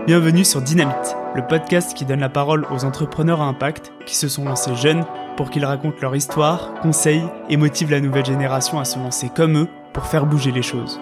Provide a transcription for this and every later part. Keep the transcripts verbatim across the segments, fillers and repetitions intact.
Bienvenue sur Dynamite, le podcast qui donne la parole aux entrepreneurs à impact qui se sont lancés jeunes pour qu'ils racontent leur histoire, conseillent et motivent la nouvelle génération à se lancer comme eux pour faire bouger les choses.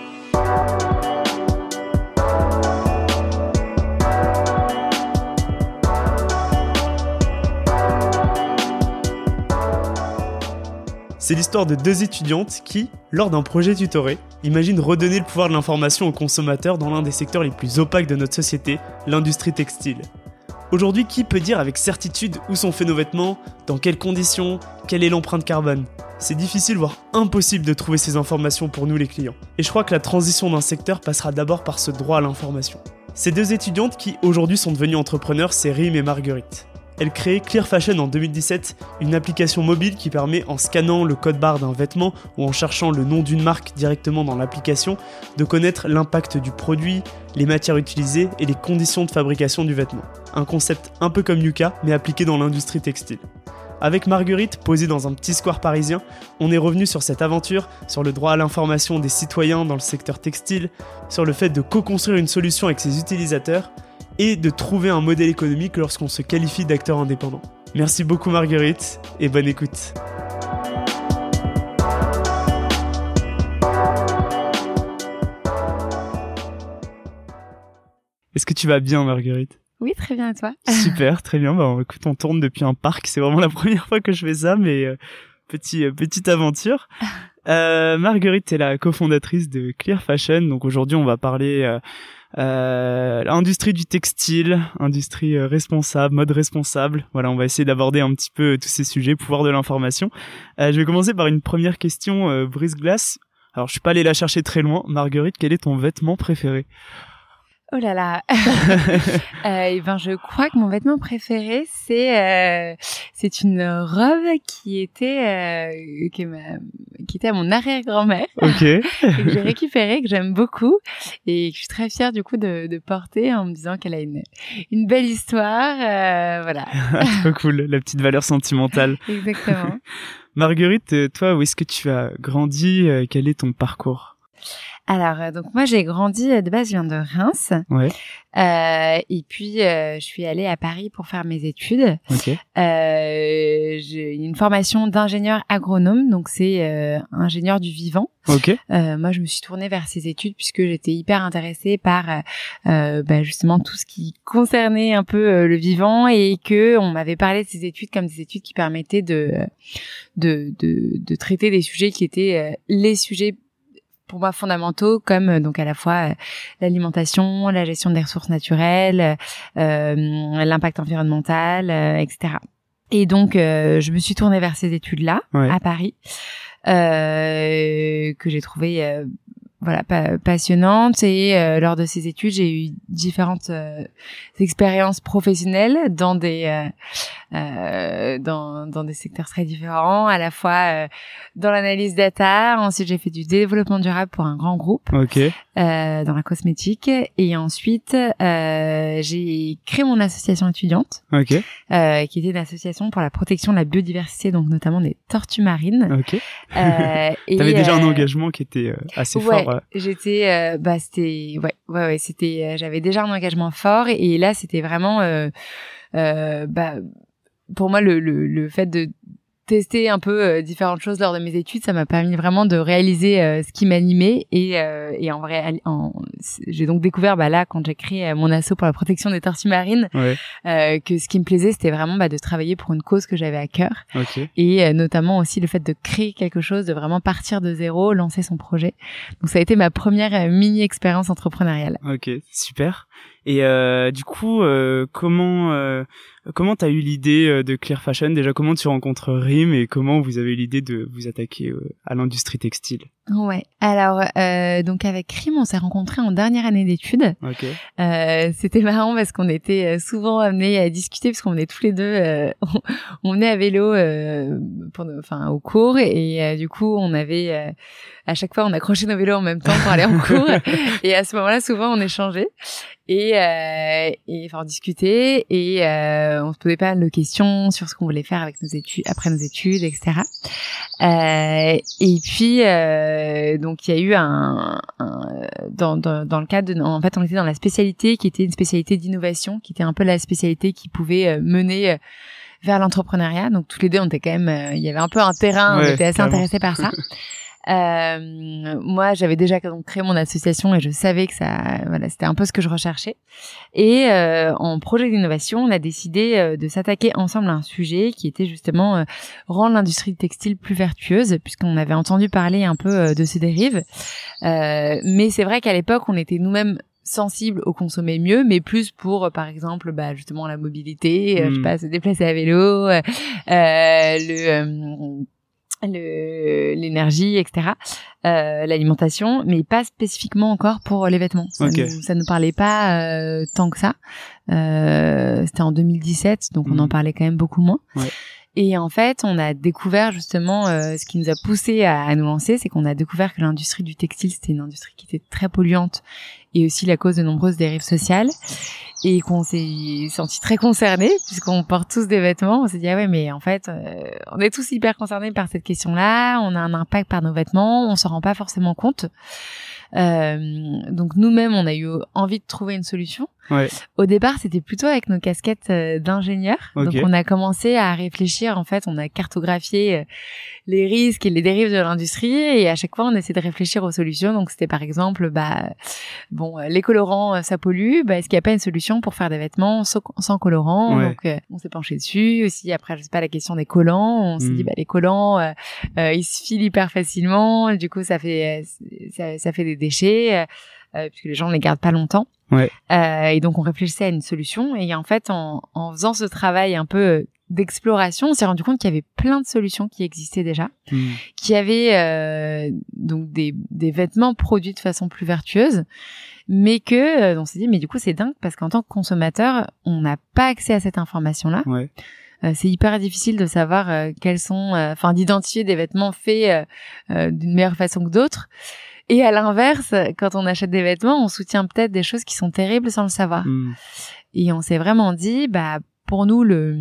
C'est l'histoire de deux étudiantes qui, lors d'un projet tutoré, imaginent redonner le pouvoir de l'information aux consommateurs dans l'un des secteurs les plus opaques de notre société, l'industrie textile. Aujourd'hui, qui peut dire avec certitude où sont faits nos vêtements, dans quelles conditions, quelle est l'empreinte carbone ? C'est difficile, voire impossible de trouver ces informations pour nous les clients. Et je crois que la transition d'un secteur passera d'abord par ce droit à l'information. Ces deux étudiantes qui, aujourd'hui, sont devenues entrepreneurs, c'est Rim et Marguerite. Elle crée Clear Fashion en deux mille dix-sept, une application mobile qui permet, en scannant le code barre d'un vêtement ou en cherchant le nom d'une marque directement dans l'application, de connaître l'impact du produit, les matières utilisées et les conditions de fabrication du vêtement. Un concept un peu comme Yuka, mais appliqué dans l'industrie textile. Avec Marguerite, posée dans un petit square parisien, on est revenu sur cette aventure, sur le droit à l'information des citoyens dans le secteur textile, sur le fait de co-construire une solution avec ses utilisateurs, et de trouver un modèle économique lorsqu'on se qualifie d'acteur indépendant. Merci beaucoup Marguerite, et bonne écoute. Est-ce que tu vas bien Marguerite ? Oui, très bien, et toi ? Super, très bien. Bah, écoute, on tourne depuis un parc, c'est vraiment la première fois que je fais ça, mais euh, petit, euh, petite aventure. Euh, Marguerite est la cofondatrice de Clear Fashion, donc aujourd'hui on va parler... Euh, Euh, l'industrie du textile, industrie euh, responsable, mode responsable. Voilà, on va essayer d'aborder un petit peu euh, tous ces sujets, pouvoir de l'information. Euh, je vais commencer par une première question euh, brise-glace. Alors, je suis pas allé la chercher très loin. Marguerite, quel est ton vêtement préféré ? Oh là là. euh, et ben je crois que mon vêtement préféré c'est euh, c'est une robe qui était euh, qui, m'a, qui était à mon arrière-grand-mère. Ok. Et que j'ai récupérée, que j'aime beaucoup et que je suis très fière du coup de, de porter en me disant qu'elle a une une belle histoire. Euh, voilà. Trop cool, la petite valeur sentimentale. Exactement. Marguerite, toi, où est-ce que tu as grandi ? Quel est ton parcours ? Alors, euh, donc moi, j'ai grandi, de base, je viens de Reims. Ouais. Euh, et puis, euh, je suis allée à Paris pour faire mes études. Ok. Euh, j'ai une formation d'ingénieur agronome, donc c'est euh, ingénieur du vivant. Ok. Euh, moi, je me suis tournée vers ces études puisque j'étais hyper intéressée par euh, bah, justement tout ce qui concernait un peu euh, le vivant et que on m'avait parlé de ces études comme des études qui permettaient de de de, de traiter des sujets qui étaient euh, les sujets pour moi fondamentaux comme euh, donc à la fois euh, l'alimentation, la gestion des ressources naturelles, euh, l'impact environnemental, euh, et cetera. Et donc euh, je me suis tournée vers ces études-là ouais. à Paris euh, que j'ai trouvées euh, voilà pa- passionnantes et euh, lors de ces études j'ai eu différentes euh, expériences professionnelles dans des euh, euh, dans dans des secteurs très différents, à la fois euh, dans l'analyse data, ensuite j'ai fait du développement durable pour un grand groupe ok euh, dans la cosmétique et ensuite euh, j'ai créé mon association étudiante ok euh, qui était une association pour la protection de la biodiversité, donc notamment des tortues marines. Ok. Euh, et t'avais déjà euh, un engagement qui était euh, assez ouais, fort. Ouais. J'étais euh, bah c'était ouais ouais ouais c'était euh, j'avais déjà un engagement fort et, et là c'était vraiment euh, euh, bah pour moi le le le fait de tester un peu euh, différentes choses lors de mes études, ça m'a permis vraiment de réaliser euh, ce qui m'animait et euh, et en vrai en, j'ai donc découvert bah là quand j'ai créé euh, mon asso pour la protection des tortues marines ouais. euh, que ce qui me plaisait c'était vraiment bah de travailler pour une cause que j'avais à cœur okay. et euh, notamment aussi le fait de créer quelque chose, de vraiment partir de zéro, lancer son projet. Donc ça a été ma première euh, mini expérience entrepreneuriale. Ok, super. Et euh, du coup, euh, comment euh, comment t'as eu l'idée euh, de Clear Fashion ? Déjà, comment tu rencontres Rim et comment vous avez eu l'idée de vous attaquer euh, à l'industrie textile ? Ouais. Alors, euh, donc avec Rim, on s'est rencontrés en dernière année d'études. Ok. Euh, c'était marrant parce qu'on était souvent amenés à discuter parce qu'on venait tous les deux, euh, on, on venait à vélo, euh, pour, enfin au cours et euh, du coup on avait euh, à chaque fois on accrochait nos vélos en même temps pour aller en cours et à ce moment-là souvent on échangeait. Et, euh, et enfin discuter et euh, on se posait pas mal de questions sur ce qu'on voulait faire avec nos études après nos études, et cetera. Euh, et puis euh, donc il y a eu un, un dans, dans dans le cadre de, en fait on était dans la spécialité qui était une spécialité d'innovation, qui était un peu la spécialité qui pouvait euh, mener euh, vers l'entrepreneuriat. Donc tous les deux on était quand même, euh, il y avait un peu un terrain, ouais, on était assez carrément intéressés par ça. Euh, moi, j'avais déjà donc créé mon association et je savais que ça, voilà, c'était un peu ce que je recherchais. Et euh, en projet d'innovation, on a décidé euh, de s'attaquer ensemble à un sujet qui était justement euh, rendre l'industrie textile plus vertueuse, puisqu'on avait entendu parler un peu euh, de ces dérives. Euh, mais c'est vrai qu'à l'époque, on était nous-mêmes sensibles au consommer mieux, mais plus pour, euh, par exemple, bah justement la mobilité, euh, mmh. je sais pas, se déplacer à vélo, euh, le euh, le l'énergie, et cetera, euh, l'alimentation, mais pas spécifiquement encore pour les vêtements. Ça okay. nous, ça nous parlait pas euh, tant que ça. Euh, c'était en deux mille dix-sept, donc mmh. on en parlait quand même beaucoup moins. Ouais. Et en fait, on a découvert justement euh, ce qui nous a poussé à, à nous lancer, c'est qu'on a découvert que l'industrie du textile, c'était une industrie qui était très polluante et aussi la cause de nombreuses dérives sociales. Et qu'on s'est senti très concernés puisqu'on porte tous des vêtements. On s'est dit ah ouais mais en fait euh, on est tous hyper concernés par cette question-là. On a un impact par nos vêtements, on s'en rend pas forcément compte. Euh, donc nous-mêmes on a eu envie de trouver une solution. Ouais. Au départ c'était plutôt avec nos casquettes euh, d'ingénieurs. Okay. Donc on a commencé à réfléchir, en fait on a cartographié euh, les risques et les dérives de l'industrie et à chaque fois on essaie de réfléchir aux solutions. Donc c'était par exemple bah bon les colorants ça pollue, bah est-ce qu'il n'y a pas une solution pour faire des vêtements sans, sans colorants? Ouais. Donc euh, on s'est penché dessus aussi. Après je sais pas, la question des collants, on mmh. s'est dit bah les collants euh, euh, ils se filent hyper facilement, du coup ça fait ça, ça fait des déchets euh, puisque les gens ne les gardent pas longtemps. Ouais. Euh, et donc on réfléchissait à une solution et en fait en, en faisant ce travail un peu d'exploration, on s'est rendu compte qu'il y avait plein de solutions qui existaient déjà, mmh. qui avaient euh, donc des, des vêtements produits de façon plus vertueuse, mais que euh, on s'est dit mais du coup c'est dingue parce qu'en tant que consommateur on n'a pas accès à cette information-là. Ouais. Euh, c'est hyper difficile de savoir euh, quels sont, enfin euh, d'identifier des vêtements faits euh, euh, d'une meilleure façon que d'autres. Et à l'inverse, quand on achète des vêtements, on soutient peut-être des choses qui sont terribles sans le savoir. Mmh. Et on s'est vraiment dit, bah pour nous le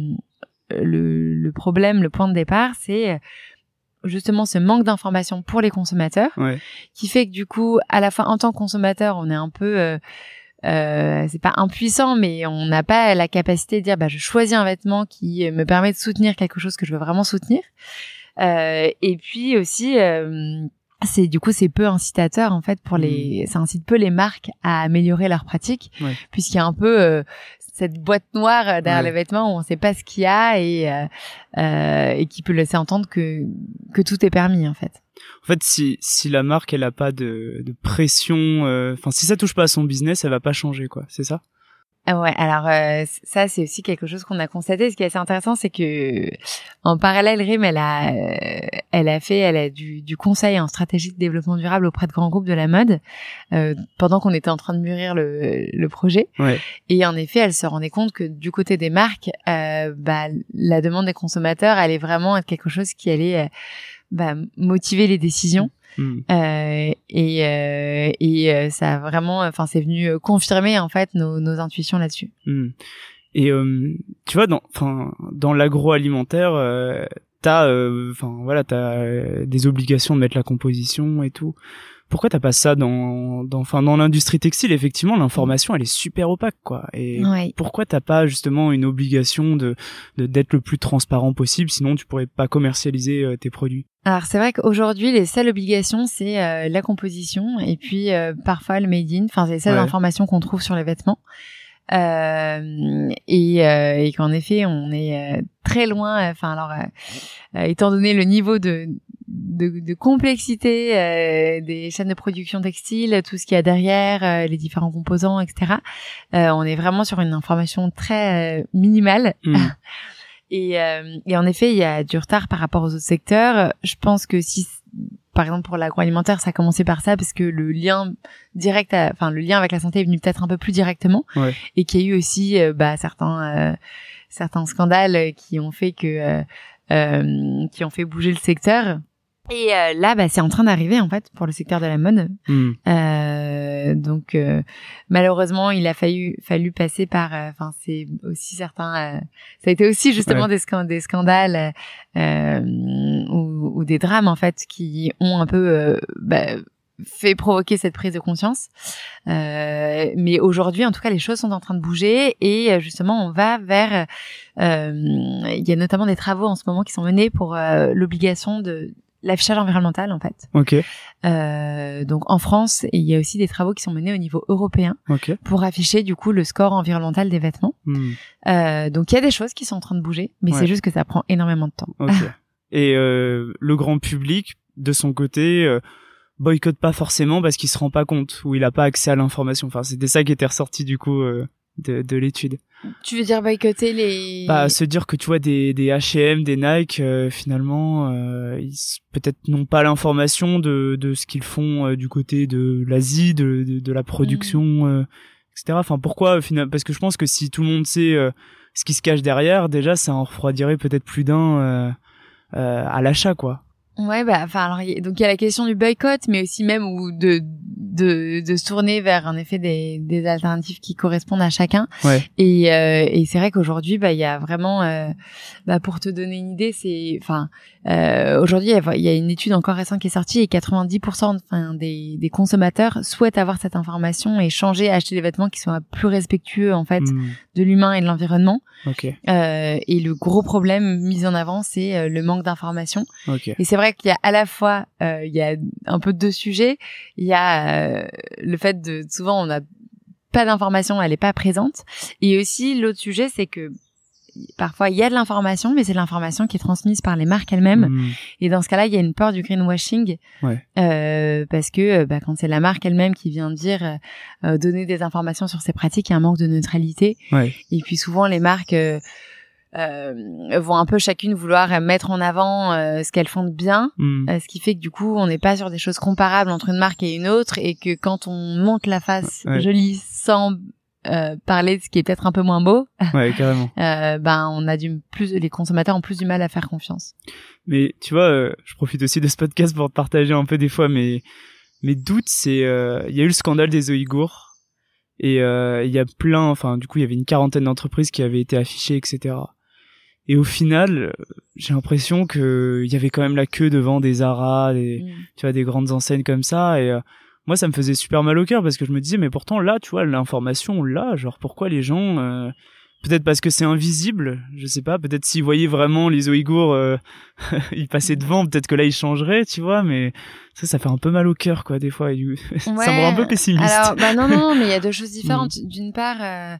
le, le problème, le point de départ, c'est justement ce manque d'information pour les consommateurs, ouais. qui fait que du coup, à la fois en tant que consommateur, on est un peu, euh, euh, c'est pas impuissant, mais on n'a pas la capacité de dire, bah je choisis un vêtement qui me permet de soutenir quelque chose que je veux vraiment soutenir. Euh, et puis aussi. Euh, c'est du coup c'est peu incitateur en fait pour les, mmh. ça incite peu les marques à améliorer leurs pratiques, ouais. puisqu'il y a un peu euh, cette boîte noire derrière ouais. les vêtements où on sait pas ce qu'il y a et euh, euh, et qui peut laisser entendre que que tout est permis en fait. En fait, si si la marque elle a pas de de pression, enfin euh, si ça touche pas à son business, elle va pas changer quoi, c'est ça? Ah ouais, alors euh, ça c'est aussi quelque chose qu'on a constaté. Ce qui est assez intéressant, c'est que en parallèle, R I M, elle a, euh, elle a fait, elle a du, du conseil en stratégie de développement durable auprès de grands groupes de la mode euh, pendant qu'on était en train de mûrir le, le projet. Ouais. Et en effet, elle se rendait compte que du côté des marques, euh, bah la demande des consommateurs allait vraiment être quelque chose qui allait euh, bah, motiver les décisions. Mmh. Euh, et euh, et euh, ça a vraiment, enfin c'est venu confirmer en fait nos, nos intuitions là-dessus. Mmh. Et euh, tu vois dans, enfin dans l'agroalimentaire, euh, t'as, enfin euh, voilà, t'as euh, des obligations de mettre la composition et tout. Pourquoi t'as pas ça dans, dans, enfin dans l'industrie textile? Effectivement, l'information elle est super opaque quoi. Et ouais. pourquoi t'as pas justement une obligation de, de d'être le plus transparent possible? Sinon, tu pourrais pas commercialiser euh, tes produits. Alors c'est vrai qu'aujourd'hui les seules obligations c'est euh, la composition et puis euh, parfois le made in. Enfin c'est les seules ouais. informations qu'on trouve sur les vêtements. Euh, et, euh, et qu'en effet on est euh, très loin. Enfin alors euh, euh, étant donné le niveau de de, de complexité euh, des chaînes de production textile, tout ce qu'il y a derrière, euh, les différents composants, et cetera. Euh, on est vraiment sur une information très euh, minimale. Mmh. Et, euh, et en effet, il y a du retard par rapport aux autres secteurs. Je pense que si, par exemple, pour l'agroalimentaire, ça a commencé par ça parce que le lien direct, à, enfin le lien avec la santé est venu peut-être un peu plus directement, ouais. et qu'il y a eu aussi, euh, bah certains, euh, certains scandales qui ont fait que, euh, euh, qui ont fait bouger le secteur. Et euh, là, bah, c'est en train d'arriver en fait pour le secteur de la mode. Mmh. Euh, donc euh, malheureusement, il a fallu fallu passer par. Enfin, euh, c'est aussi certains. Euh, ça a été aussi justement ouais. des, sc- des scandales euh, ou, ou des drames en fait qui ont un peu euh, bah, fait provoquer cette prise de conscience. Euh, mais aujourd'hui, en tout cas, les choses sont en train de bouger et justement, on va vers. Euh, il y a notamment des travaux en ce moment qui sont menés pour euh, l'obligation de l'affichage environnemental, en fait. Ok. Euh, donc en France, il y a aussi des travaux qui sont menés au niveau européen okay. pour afficher du coup le score environnemental des vêtements. Hmm. Euh, donc il y a des choses qui sont en train de bouger, mais ouais. c'est juste que ça prend énormément de temps. Okay. Et euh, le grand public, de son côté, euh, boycotte pas forcément parce qu'il se rend pas compte ou il a pas accès à l'information. Enfin, c'était ça qui était ressorti du coup euh, de, de l'étude. Tu veux dire boycotter les... Bah, se dire que tu vois des, des H et M, des Nike, euh, finalement, euh, ils peut-être n'ont pas l'information de, de ce qu'ils font euh, du côté de l'Asie, de, de, de la production, mmh. euh, et cetera. Enfin, pourquoi finalement? Parce que je pense que si tout le monde sait euh, ce qui se cache derrière, déjà, ça en refroidirait peut-être plus d'un euh, euh, à l'achat, quoi. Ouais, bah, enfin, alors, y, donc il y a la question du boycott, mais aussi même ou de de de se tourner vers en effet des des alternatives qui correspondent à chacun. Ouais. Et euh, et c'est vrai qu'aujourd'hui, bah, il y a vraiment, euh, bah, pour te donner une idée, c'est, enfin, euh, aujourd'hui, il y a une étude encore récente qui est sortie et quatre-vingt-dix pour cent, enfin, des des consommateurs souhaitent avoir cette information et changer, acheter des vêtements qui soient plus respectueux en fait mmh. de l'humain et de l'environnement. Ok. Euh, et le gros problème mis en avant, c'est euh, le manque d'information. Ok. Et c'est vrai qu'il y a à la fois, euh, il y a un peu deux sujets. Il y a euh, le fait de, souvent on n'a pas d'information, elle est pas présente. Et aussi l'autre sujet, c'est que parfois il y a de l'information, mais c'est de l'information qui est transmise par les marques elles-mêmes. Mmh. Et dans ce cas-là, il y a une peur du greenwashing, ouais. euh, parce que bah, quand c'est la marque elle-même qui vient dire euh, donner des informations sur ses pratiques, il y a un manque de neutralité. Ouais. Et puis souvent les marques euh, euh, vont un peu chacune vouloir mettre en avant euh, ce qu'elles font de bien, mmh. euh, ce qui fait que du coup on n'est pas sur des choses comparables entre une marque et une autre, et que quand on monte la face ouais. jolie sans Euh, parler de ce qui est peut-être un peu moins beau, ouais, carrément. euh, ben on a du plus, les consommateurs ont plus du mal à faire confiance. Mais tu vois, euh, je profite aussi de ce podcast pour te partager un peu des fois mes mes doutes. C'est, il euh, y a eu le scandale des Ouïghours et il euh, y a plein, enfin du coup il y avait une quarantaine d'entreprises qui avaient été affichées, et cetera. Et au final, j'ai l'impression que il y avait quand même la queue devant des Zara, des, mmh. tu vois, des grandes enseignes comme ça, et euh, moi ça me faisait super mal au cœur parce que je me disais mais pourtant là tu vois l'information là, genre pourquoi les gens euh, peut-être parce que c'est invisible, je sais pas, peut-être s'ils voyaient vraiment les Ouïghours euh, ils passaient devant, peut-être que là ils changeraient, tu vois, mais ça ça fait un peu mal au cœur quoi des fois, et ouais, ça me rend un peu pessimiste. Alors bah non non mais il y a deux choses différentes. mmh. D'une part euh,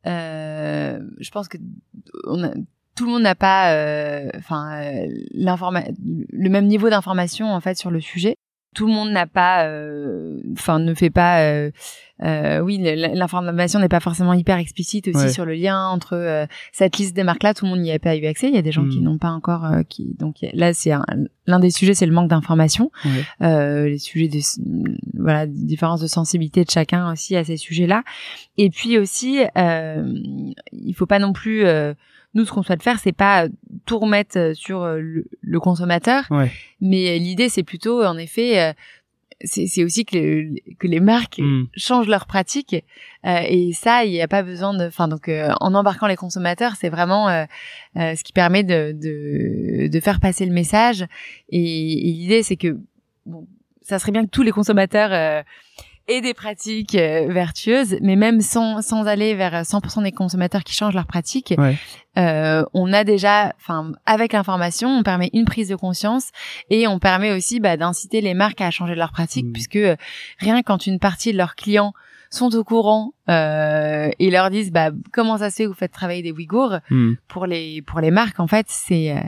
euh, je pense que on a tout le monde n'a pas enfin euh, euh, l'informa- le même niveau d'information en fait sur le sujet. Tout le monde n'a pas, enfin, euh, ne fait pas, euh, euh, oui, l'information n'est pas forcément hyper explicite aussi ouais. sur le lien entre euh, cette liste des marques-là. Tout le monde n'y a pas eu accès. Il y a des gens mmh. qui n'ont pas encore, euh, qui, donc là, c'est un, l'un des sujets, c'est le manque d'information. Ouais. Euh, les sujets de, voilà, différence de sensibilité de chacun aussi à ces sujets-là. Et puis aussi, euh, il faut pas non plus. Euh, Nous, ce qu'on souhaite faire, c'est pas tout remettre sur le, le consommateur, ouais. mais l'idée, c'est plutôt, en effet, c'est, c'est aussi que, le, que les marques mmh. changent leurs pratiques. Euh, et ça, il n'y a pas besoin de... Enfin, donc, euh, en embarquant les consommateurs, c'est vraiment euh, euh, ce qui permet de, de, de faire passer le message. Et, et l'idée, c'est que bon, ça serait bien que tous les consommateurs... Euh, et des pratiques euh, vertueuses, mais même sans sans aller vers cent pour cent des consommateurs qui changent leurs pratiques, ouais. euh, on a déjà, enfin, avec l'information, on permet une prise de conscience et on permet aussi bah, d'inciter les marques à changer leurs pratiques, mmh. puisque euh, rien quand une partie de leurs clients sont au courant euh, et leur disent bah comment ça se fait que vous faites travailler des Ouïghours, mmh. pour les pour les marques en fait c'est euh,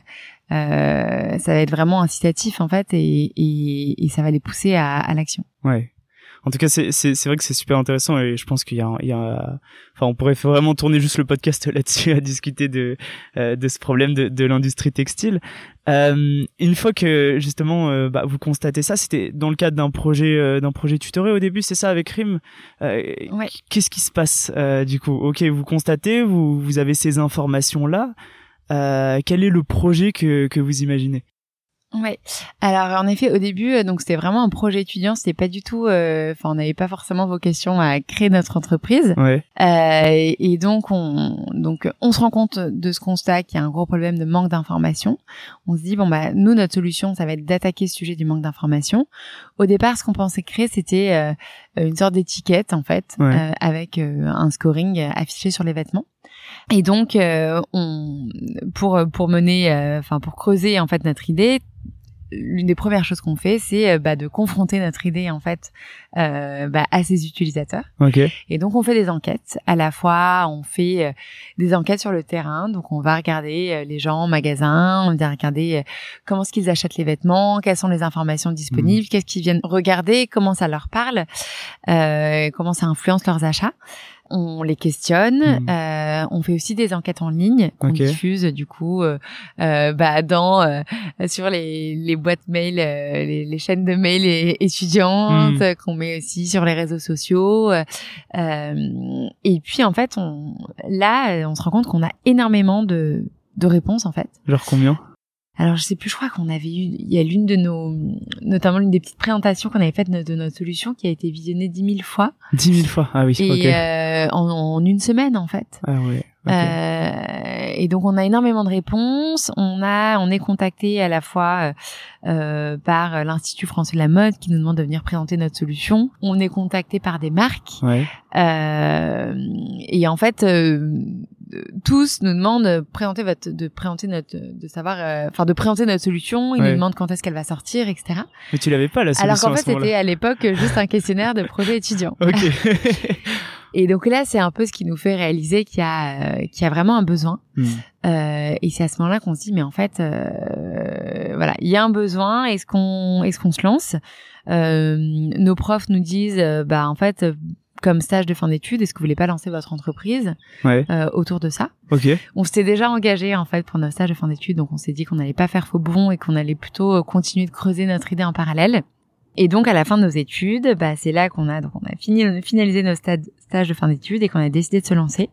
euh, ça va être vraiment incitatif en fait et et, et ça va les pousser à, à l'action. Ouais. En tout cas, c'est, c'est, c'est vrai que c'est super intéressant et je pense qu'il y a, il y a, enfin, on pourrait vraiment tourner juste le podcast là-dessus à discuter de, euh, de ce problème de, de l'industrie textile. Euh, une fois que, justement, euh, bah, vous constatez ça, c'était dans le cadre d'un projet, euh, d'un projet tutoré au début, c'est ça, avec Rim? Euh, ouais. Qu'est-ce qui se passe, euh, du coup? Ok, vous constatez, vous, vous avez ces informations-là. Euh, quel est le projet que, que vous imaginez? Ouais. Alors en effet, au début, donc c'était vraiment un projet étudiant. C'était pas du tout. Enfin, euh, on n'avait pas forcément vocation à créer notre entreprise. Ouais. Euh, et, et donc on, donc on se rend compte de ce constat qu'il y a un gros problème de manque d'information. On se dit bon bah nous notre solution, ça va être d'attaquer ce sujet du manque d'information. Au départ, ce qu'on pensait créer, c'était euh, une sorte d'étiquette en fait, ouais. euh, avec euh, un scoring affiché sur les vêtements. Et donc euh, on pour pour mener, enfin euh, pour creuser en fait notre idée. L'une des premières choses qu'on fait, c'est bah, de confronter notre idée en fait euh, bah, à ses utilisateurs. Okay. Et donc on fait des enquêtes. À la fois, on fait euh, des enquêtes sur le terrain. Donc on va regarder euh, les gens en magasin, on va regarder euh, comment est-ce qu'ils achètent les vêtements, quelles sont les informations disponibles, mmh. qu'est-ce qu'ils viennent regarder, comment ça leur parle, euh, comment ça influence leurs achats. On les questionne, mmh. euh, on fait aussi des enquêtes en ligne qu'on okay. diffuse du coup euh, euh, bah dans euh, sur les les boîtes mail, euh, les, les chaînes de mail et, étudiantes mmh. qu'on met aussi sur les réseaux sociaux. Euh, et puis en fait, on là, on se rend compte qu'on a énormément de de réponses en fait. Genre combien ? Alors je sais plus, je crois qu'on avait eu, il y a l'une de nos, notamment l'une des petites présentations qu'on avait faites de, de notre solution qui a été visionnée dix mille fois. dix mille fois, ah oui. Et okay. euh, en, en une semaine en fait. Ah ouais. Okay. Euh, et donc on a énormément de réponses. On a, on est contacté à la fois euh, par l'Institut français de la mode qui nous demande de venir présenter notre solution. On est contacté par des marques. Ouais. Euh, et en fait. Euh, tous nous demandent de présenter votre, de présenter notre, de savoir, enfin euh, de présenter notre solution. Ils ouais. nous demandent quand est-ce qu'elle va sortir, et cetera. Mais tu l'avais pas la solution. Alors qu'en fait à c'était à l'époque juste un questionnaire de projet étudiant. Ok. Et donc là c'est un peu ce qui nous fait réaliser qu'il y a, euh, qu'il y a vraiment un besoin. Mm. Euh, et c'est à ce moment-là qu'on se dit mais en fait, euh, voilà, il y a un besoin. Est-ce qu'on, est-ce qu'on se lance? euh, Nos profs nous disent, euh, bah en fait. Comme stage de fin d'études, est-ce que vous voulez pas lancer votre entreprise ouais. euh, autour de ça? Ok. On s'était déjà engagé en fait pour notre stage de fin d'études, donc on s'est dit qu'on n'allait pas faire faux bond et qu'on allait plutôt continuer de creuser notre idée en parallèle. Et donc à la fin de nos études, bah c'est là qu'on a donc on a fini finalisé nos stades, stages de fin d'études et qu'on a décidé de se lancer.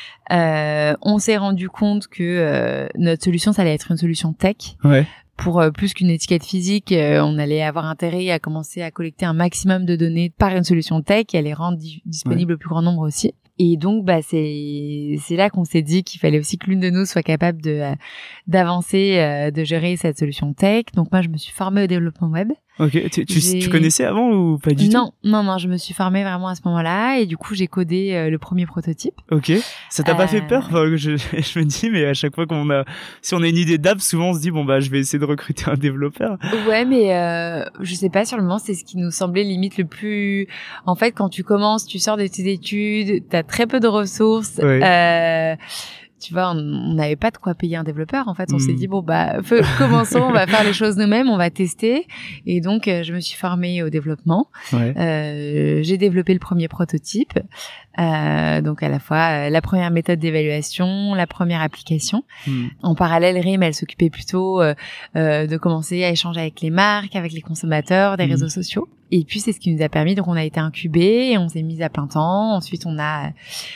Euh, on s'est rendu compte que euh, notre solution, ça allait être une solution tech. Ouais. Pour euh, plus qu'une étiquette physique, euh, on allait avoir intérêt à commencer à collecter un maximum de données par une solution tech et à les rendre di- disponibles ouais. au plus grand nombre aussi. Et donc, bah, c'est c'est là qu'on s'est dit qu'il fallait aussi que l'une de nous soit capable de euh, d'avancer, euh, de gérer cette solution tech. Donc moi, je me suis formée au développement web. Ok, tu, tu, tu connaissais avant ou pas du non, tout? Non, non, non, je me suis formée vraiment à ce moment-là et du coup j'ai codé euh, le premier prototype. Ok, ça t'a euh... pas fait peur? Enfin, je, je me dis, mais à chaque fois qu'on a, si on a une idée d'app, souvent on se dit bon bah je vais essayer de recruter un développeur. Ouais, mais euh, je sais pas, sur le moment c'est ce qui nous semblait limite le plus. En fait, quand tu commences, tu sors de tes études, t'as très peu de ressources. Ouais. Euh... Tu vois, on n'avait pas de quoi payer un développeur. En fait, on mmh. s'est dit bon bah f- commençons, on va faire les choses nous-mêmes, on va tester. Et donc, euh, je me suis formée au développement. Ouais. Euh, j'ai développé le premier prototype. Euh, donc à la fois euh, la première méthode d'évaluation, la première application. Mmh. En parallèle, Rim, elle s'occupait plutôt euh, euh, de commencer à échanger avec les marques, avec les consommateurs, des mmh. réseaux sociaux. Et puis c'est ce qui nous a permis, donc on a été incubés et on s'est mis à plein temps. Ensuite on a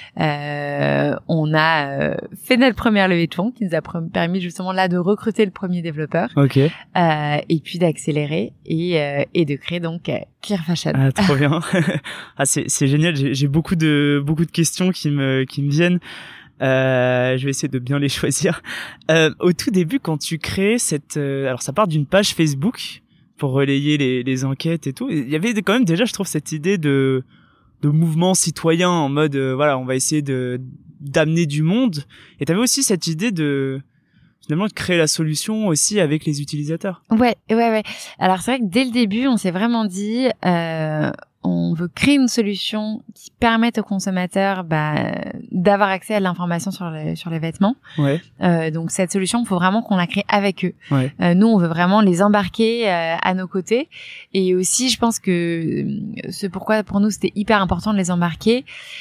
euh, on a euh, fait notre première levée de fonds qui nous a permis justement là de recruter le premier développeur. Ok. Euh, et puis d'accélérer et euh, et de créer donc euh, Clear Fashion. Ah trop bien. Ah c'est c'est génial. J'ai, j'ai beaucoup de beaucoup de questions qui me qui me viennent. Euh, je vais essayer de bien les choisir. Euh, au tout début, quand tu crées cette, euh, alors ça part d'une page Facebook pour relayer les, les enquêtes et tout. Il y avait quand même déjà, je trouve, cette idée de de mouvement citoyen en mode, euh, voilà, on va essayer de d'amener du monde. Et t'avais aussi cette idée de finalement de créer la solution aussi avec les utilisateurs. Ouais, ouais, ouais. Alors c'est vrai que dès le début, on s'est vraiment dit. Euh... On veut créer une solution qui permette aux consommateurs bah, d'avoir accès à l'information sur les, sur les vêtements. Ouais. Euh, donc cette solution, il faut vraiment qu'on la crée avec eux. Ouais. Euh, nous, on veut vraiment les embarquer euh, à nos côtés. Et aussi, je pense que ce pourquoi pour nous c'était hyper important de les embarquer,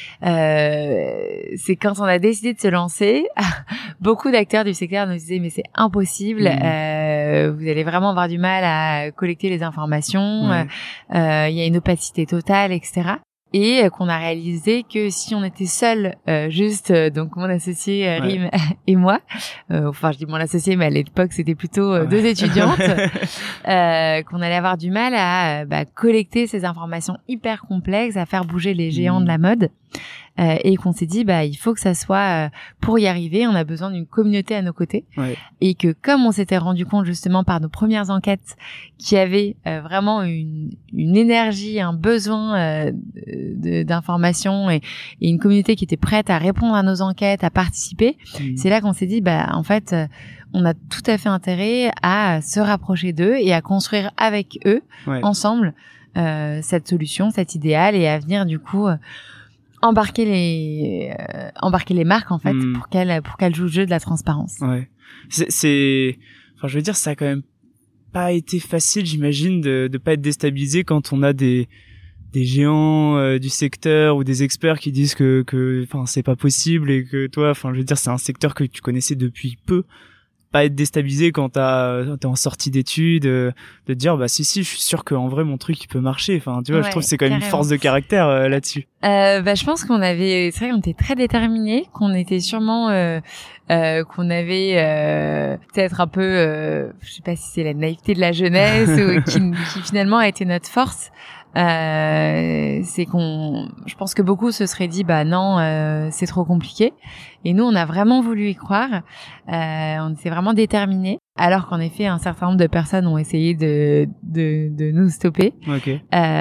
euh, c'est quand on a décidé de se lancer, beaucoup d'acteurs du secteur nous disaient mais c'est impossible, mmh. euh, vous allez vraiment avoir du mal à collecter les informations. Il ouais. euh, y a une opacité totale, et cetera. et euh, qu'on a réalisé que si on était seul, euh, juste euh, donc mon associé euh, Rim ouais. et moi, euh, enfin je dis mon associé, mais à l'époque c'était plutôt euh, ouais. deux étudiantes, euh, qu'on allait avoir du mal à euh, bah, collecter ces informations hyper complexes, à faire bouger les géants mmh. de la mode. Euh, et qu'on s'est dit bah il faut que ça soit euh, pour y arriver on a besoin d'une communauté à nos côtés ouais. et que comme on s'était rendu compte justement par nos premières enquêtes qu'il y avait euh, vraiment une une énergie, un besoin euh, de, d'information et, et une communauté qui était prête à répondre à nos enquêtes, à participer, mmh. c'est là qu'on s'est dit bah en fait euh, on a tout à fait intérêt à se rapprocher d'eux et à construire avec eux ouais. ensemble euh, cette solution, cet idéal et à venir du coup euh, embarquer les euh, embarquer les marques en fait mmh. pour qu'elles pour qu'elles jouent le jeu de la transparence. Ouais. C'est, c'est enfin je veux dire ça a quand même pas été facile j'imagine de de pas être déstabilisé quand on a des des géants euh, du secteur ou des experts qui disent que que enfin c'est pas possible et que toi enfin je veux dire c'est un secteur que tu connaissais depuis peu. Pas être déstabilisé quand t'as t'es en sortie d'études euh, de te dire bah si si je suis sûr qu'en vrai mon truc il peut marcher enfin tu vois ouais, je trouve que c'est quand même carrément. Une force de caractère euh, là-dessus. Euh, bah je pense qu'on avait c'est vrai qu'on était très déterminés, qu'on était sûrement euh, euh, qu'on avait euh, peut-être un peu euh, je sais pas si c'est la naïveté de la jeunesse ou qui, qui finalement a été notre force. Euh, c'est qu'on, je pense que beaucoup se seraient dit, bah non, euh, c'est trop compliqué. Et nous, on a vraiment voulu y croire. Euh, on était vraiment déterminés. Alors qu'en effet, un certain nombre de personnes ont essayé de de, de nous stopper. Okay.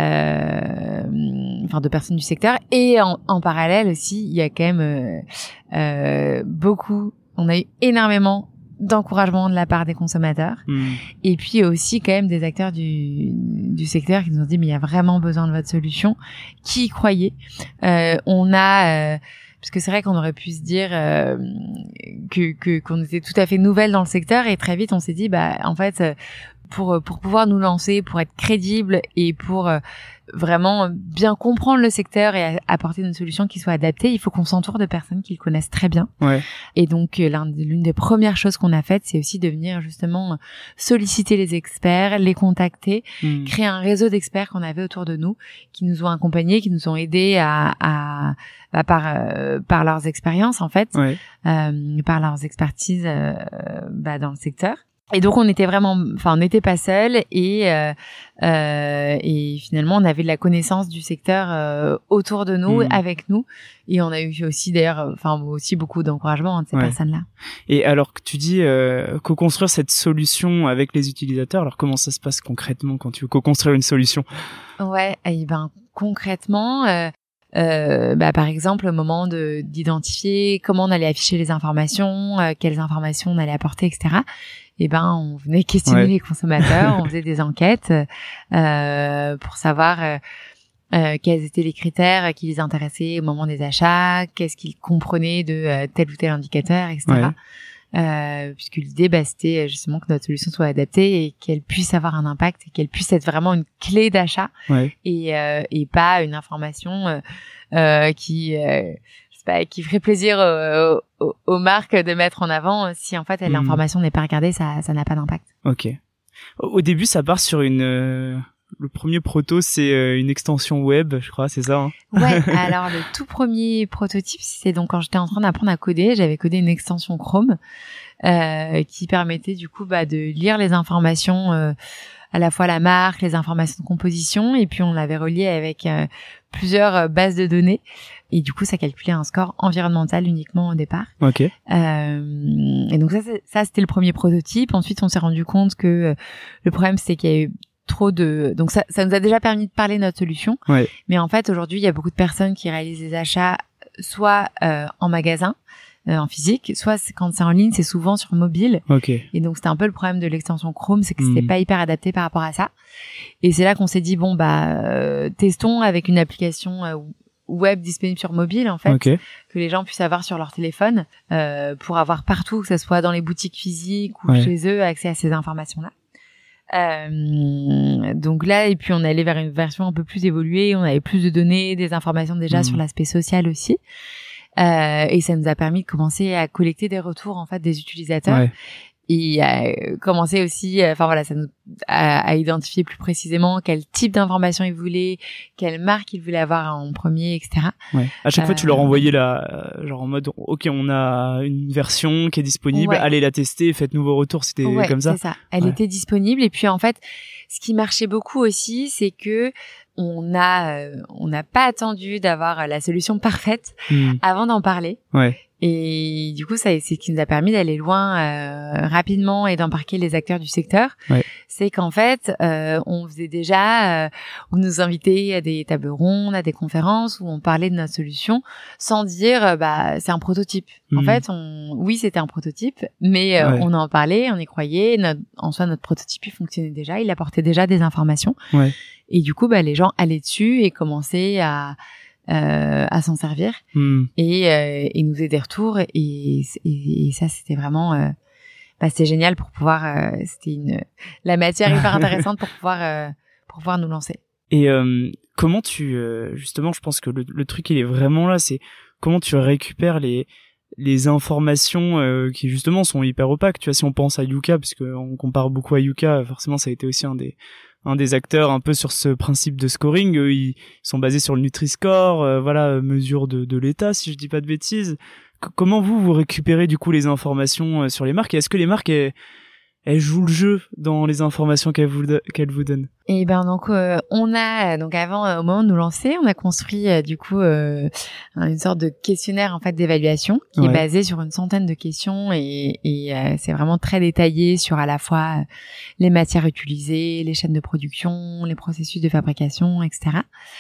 Euh, enfin, de personnes du secteur. Et en, en parallèle aussi, il y a quand même euh, euh, beaucoup. On a eu énormément d'encouragement de la part des consommateurs mmh. et puis aussi quand même des acteurs du du secteur qui nous ont dit mais il y a vraiment besoin de votre solution, qui y croyaient. Euh, on a euh, parce que c'est vrai qu'on aurait pu se dire euh, que que qu'on était tout à fait nouvelle dans le secteur et très vite on s'est dit bah en fait pour pour pouvoir nous lancer, pour être crédible et pour euh, vraiment bien comprendre le secteur et apporter une solution qui soit adaptée, il faut qu'on s'entoure de personnes qui le connaissent très bien. Ouais. Et donc l'un, l'une des premières choses qu'on a faites, c'est aussi de venir justement solliciter les experts, les contacter, mmh. créer un réseau d'experts qu'on avait autour de nous, qui nous ont accompagnés, qui nous ont aidés à, à bah, par euh, par leurs expériences en fait, ouais. euh, par leurs expertises euh, bah, dans le secteur. Et donc on était vraiment, enfin on n'était pas seuls et euh, euh, et finalement on avait de la connaissance du secteur euh, autour de nous, mmh. avec nous, et on a eu aussi d'ailleurs, enfin aussi beaucoup d'encouragement hein, de ces ouais. personnes-là. Et alors que tu dis euh, co-construire cette solution avec les utilisateurs, alors comment ça se passe concrètement quand tu veux co-construire une solution ? Ouais, et ben concrètement. Euh, Euh, bah, par exemple, au moment de d'identifier comment on allait afficher les informations, euh, quelles informations on allait apporter, et cetera. Et ben, on venait questionner ouais. les consommateurs, on faisait des enquêtes euh, pour savoir euh, euh, quels étaient les critères qui les intéressaient au moment des achats, qu'est-ce qu'ils comprenaient de euh, tel ou tel indicateur, et cetera. Ouais. Euh, puisque l'idée, bah, c'était justement que notre solution soit adaptée et qu'elle puisse avoir un impact et qu'elle puisse être vraiment une clé d'achat ouais. et, euh, et pas une information euh, euh, qui, euh, je sais pas, qui ferait plaisir euh, aux, aux marques de mettre en avant. Si en fait mmh. l'information n'est pas regardée, ça, ça n'a pas d'impact. Ok. Au début, ça part sur une. Euh... Le premier proto, c'est euh, une extension web, je crois, c'est ça hein. Ouais, alors le tout premier prototype, c'est donc quand j'étais en train d'apprendre à coder, j'avais codé une extension Chrome euh, qui permettait du coup bah, de lire les informations, euh, à la fois la marque, les informations de composition, et puis on l'avait relié avec euh, plusieurs bases de données, et du coup ça calculait un score environnemental uniquement au départ. Ok. Euh, et donc ça, ça c'était le premier prototype. Ensuite on s'est rendu compte que euh, le problème c'était qu'il y a eu trop de donc ça ça nous a déjà permis de parler de notre solution ouais. mais en fait aujourd'hui il y a beaucoup de personnes qui réalisent des achats soit euh, en magasin euh, en physique, soit quand c'est en ligne c'est souvent sur mobile. Okay. Et donc c'était un peu le problème de l'extension Chrome, c'est que mmh. c'était pas hyper adapté par rapport à ça, et c'est là qu'on s'est dit bon bah euh, testons avec une application euh, web disponible sur mobile en fait, okay. que les gens puissent avoir sur leur téléphone euh, pour avoir partout, que ça soit dans les boutiques physiques ou ouais. chez eux, accès à ces informations là. Euh, donc là, et puis on allait vers une version un peu plus évoluée, on avait plus de données, des informations déjà mmh. sur l'aspect social aussi, euh, et ça nous a permis de commencer à collecter des retours en fait des utilisateurs, ouais. et euh, commencer aussi, enfin euh, voilà, ça nous à, à identifier plus précisément quel type d'information ils voulaient, quelle marque ils voulaient avoir en premier, et cetera. Ouais. À chaque euh, fois, tu leur envoyais la, genre en mode, ok, on a une version qui est disponible, ouais. allez la tester, faites-nous vos retours. C'était ouais, comme ça. C'est ça. Elle ouais. était disponible et puis en fait, ce qui marchait beaucoup aussi, c'est que on a, euh, on n'a pas attendu d'avoir la solution parfaite mmh. avant d'en parler. Ouais. Et du coup, ça, c'est ce qui nous a permis d'aller loin euh, rapidement et d'embarquer les acteurs du secteur. Ouais. C'est qu'en fait, euh, on faisait déjà, euh, on nous invitait à des tables rondes, à des conférences où on parlait de notre solution, sans dire, euh, bah, c'est un prototype. Mmh. En fait, on, oui, c'était un prototype, mais euh, ouais. on en parlait, on y croyait. Notre, en soi, notre prototype, il fonctionnait déjà, il apportait déjà des informations. Ouais. Et du coup, bah, les gens allaient dessus et commençaient à Euh, à s'en servir mm. et, euh, et nous faisaient des retours et, et, et ça c'était vraiment euh, bah, c'était génial pour pouvoir euh, c'était une la matière hyper intéressante pour pouvoir euh, pour pouvoir nous lancer. Et euh, comment tu euh, justement je pense que le, le truc il est vraiment là, c'est comment tu récupères les les informations euh, qui justement sont hyper opaques. Tu vois, si on pense à Yuka, parce qu'on compare beaucoup à Yuka, forcément ça a été aussi un des un des acteurs un peu sur ce principe de scoring. Eux, ils sont basés sur le Nutri-Score, euh, voilà, mesure de, de l'état, si je dis pas de bêtises. C- comment vous, vous récupérez du coup les informations euh, sur les marques et est-ce que les marques, elles, elles jouent le jeu dans les informations qu'elles vous, qu'elles vous donnent? Et ben donc euh, on a donc avant euh, au moment de nous lancer, on a construit euh, du coup euh, une sorte de questionnaire en fait d'évaluation qui ouais. est basé sur une centaine de questions et, et euh, c'est vraiment très détaillé sur à la fois euh, les matières utilisées, les chaînes de production, les processus de fabrication, et cetera.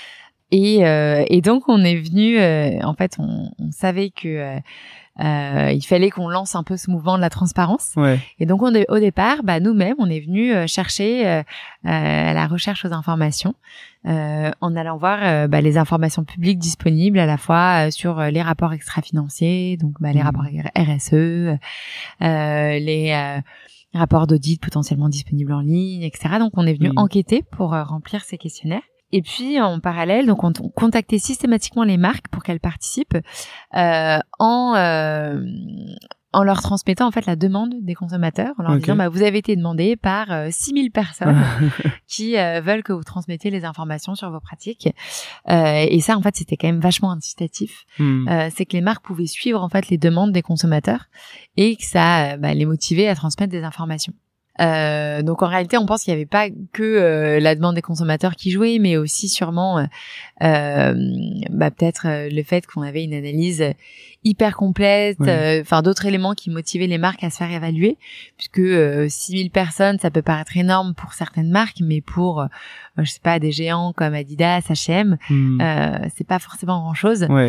Et, euh, et donc on est venu, euh, en fait on, on savait que euh, Euh, il fallait qu'on lance un peu ce mouvement de la transparence. Ouais. Et donc, on est, au départ, bah, nous-mêmes, on est venu euh, chercher euh, euh, à la recherche aux informations, euh, en allant voir euh, bah, les informations publiques disponibles à la fois euh, sur euh, les rapports extra-financiers, donc bah, les mmh. rapports R S E, euh, les euh, rapports d'audit potentiellement disponibles en ligne, et cetera. Donc, on est venu mmh. enquêter pour euh, remplir ces questionnaires. Et puis en parallèle, donc on, on contactait systématiquement les marques pour qu'elles participent euh, en euh, en leur transmettant en fait la demande des consommateurs, en leur okay. disant bah vous avez été demandé par euh, six mille personnes qui euh, veulent que vous transmettiez les informations sur vos pratiques. Euh, et ça en fait c'était quand même vachement incitatif. Mm. Euh, c'est que les marques pouvaient suivre en fait les demandes des consommateurs et que ça bah, les motivait à transmettre des informations. Euh, donc en réalité, on pense qu'il n'y avait pas que euh, la demande des consommateurs qui jouait, mais aussi sûrement, euh, euh, bah, peut-être euh, le fait qu'on avait une analyse hyper complète, enfin ouais. euh, d'autres éléments qui motivaient les marques à se faire évaluer, puisque euh, six mille personnes, ça peut paraître énorme pour certaines marques, mais pour, euh, je sais pas, des géants comme Adidas, H et M, mmh. euh, c'est pas forcément grand-chose. Ouais.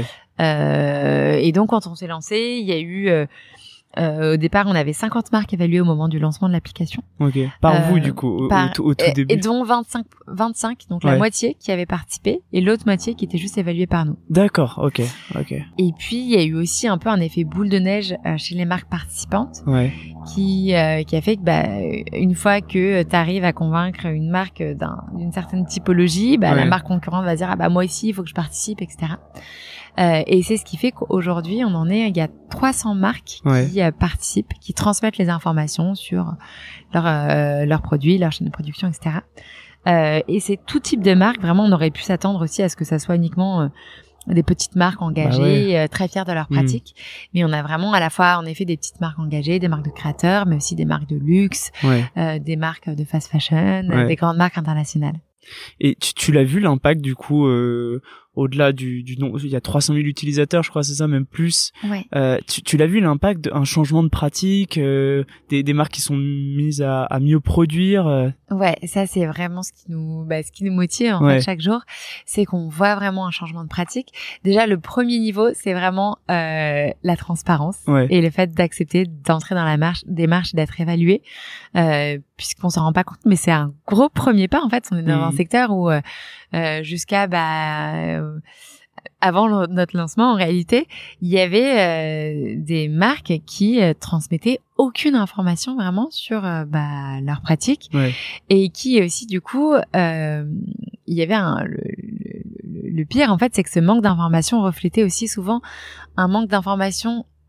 Euh, et donc quand on s'est lancé, il y a eu euh, Euh, au départ, on avait cinquante marques évaluées au moment du lancement de l'application. Ok. Par euh, vous, du coup, au, par, au, au tout et, début. Et dont vingt-cinq, vingt-cinq, donc ouais. la moitié qui avait participé, et l'autre moitié qui était juste évaluée par nous. D'accord. Ok. Ok. Et puis, il y a eu aussi un peu un effet boule de neige euh, chez les marques participantes, ouais. qui euh, qui a fait que, bah, une fois que tu arrives à convaincre une marque d'un, d'une certaine typologie, bah, ouais. la marque concurrente va dire ah bah moi aussi, il faut que je participe, et cetera. Euh, et c'est ce qui fait qu'aujourd'hui, on en est, il y a trois cents marques ouais. qui euh, participent, qui transmettent les informations sur leurs euh, leurs produits, leur chaîne de production, et cetera. Euh, et c'est tout type de marques. Vraiment, on aurait pu s'attendre aussi à ce que ça soit uniquement euh, des petites marques engagées, bah ouais. euh, très fières de leurs pratiques. Mmh. Mais on a vraiment à la fois, en effet, des petites marques engagées, des marques de créateurs, mais aussi des marques de luxe, ouais. euh, des marques de fast fashion, ouais. des grandes marques internationales. Et tu, tu l'as vu l'impact du coup euh, au-delà du, du nombre, il y a trois cent mille utilisateurs, je crois, c'est ça, même plus. Ouais. Euh, tu, tu l'as vu l'impact d'un changement de pratique, euh, des, des marques qui sont mises à, à mieux produire. Euh. Ouais, ça c'est vraiment ce qui nous, bah, ce qui nous motive en ouais. fait chaque jour, c'est qu'on voit vraiment un changement de pratique. Déjà, le premier niveau, c'est vraiment euh, la transparence ouais. et le fait d'accepter d'entrer dans la marche, démarche, d'être évalué, euh, puisqu'on s'en rend pas compte, mais c'est un gros premier pas en fait. On est dans mmh. un secteur où euh, euh, jusqu'à bah euh, avant le, notre lancement, en réalité, il y avait euh, des marques qui euh, transmettaient aucune information vraiment sur euh, bah, leurs pratiques ouais. et qui aussi du coup, euh, il y avait un le, le, le pire en fait, c'est que ce manque d'information reflétait aussi souvent un manque d'information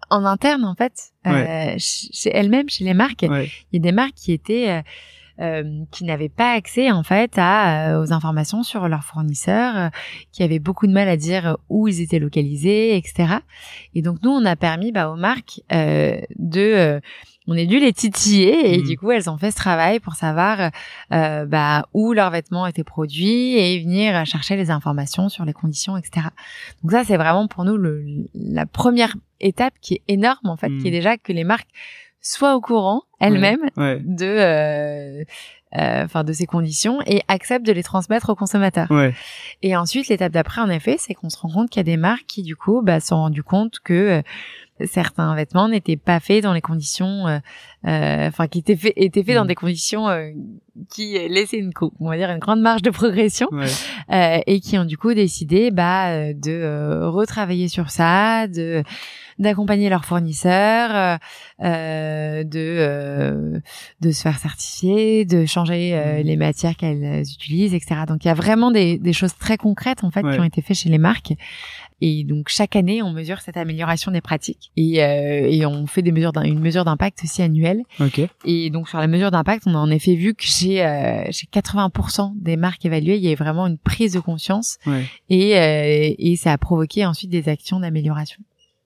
en interne en fait, ouais. euh, chez elles-mêmes, chez les marques, ouais. il y a des marques qui étaient euh, euh, qui n'avaient pas accès en fait à euh, aux informations sur leurs fournisseurs, euh, qui avaient beaucoup de mal à dire où ils étaient localisés, et cetera. Et donc nous, on a permis bah, aux marques euh, de euh, on a dû les titiller et mmh. du coup elles ont fait ce travail pour savoir euh, bah, où leurs vêtements étaient produits et venir chercher les informations sur les conditions, et cetera. Donc ça c'est vraiment pour nous le, la première étape qui est énorme en fait, mmh. qui est déjà que les marques soient au courant elles-mêmes ouais, ouais. de euh, enfin euh, de ces conditions et acceptent de les transmettre aux consommateurs. Ouais. Et ensuite l'étape d'après en effet c'est qu'on se rend compte qu'il y a des marques qui du coup bah, se sont rendues compte que euh, certains vêtements n'étaient pas faits dans les conditions enfin euh, qui étaient faits étaient faits mmh. dans des conditions euh, qui laissaient une on va dire une grande marge de progression ouais. euh, et qui ont du coup décidé bah de euh, retravailler sur ça, de d'accompagner leurs fournisseurs, euh, de euh, de se faire certifier, de changer euh, les matières qu'elles utilisent, et cetera. Donc il y a vraiment des des choses très concrètes en fait ouais. qui ont été faites chez les marques. Et donc chaque année, on mesure cette amélioration des pratiques et euh, et on fait des mesures d'un, une mesure d'impact aussi annuelle. Okay. Et donc sur la mesure d'impact, on a en effet vu que chez euh, chez quatre-vingts pour cent des marques évaluées, il y avait vraiment une prise de conscience ouais. et euh, et ça a provoqué ensuite des actions d'amélioration.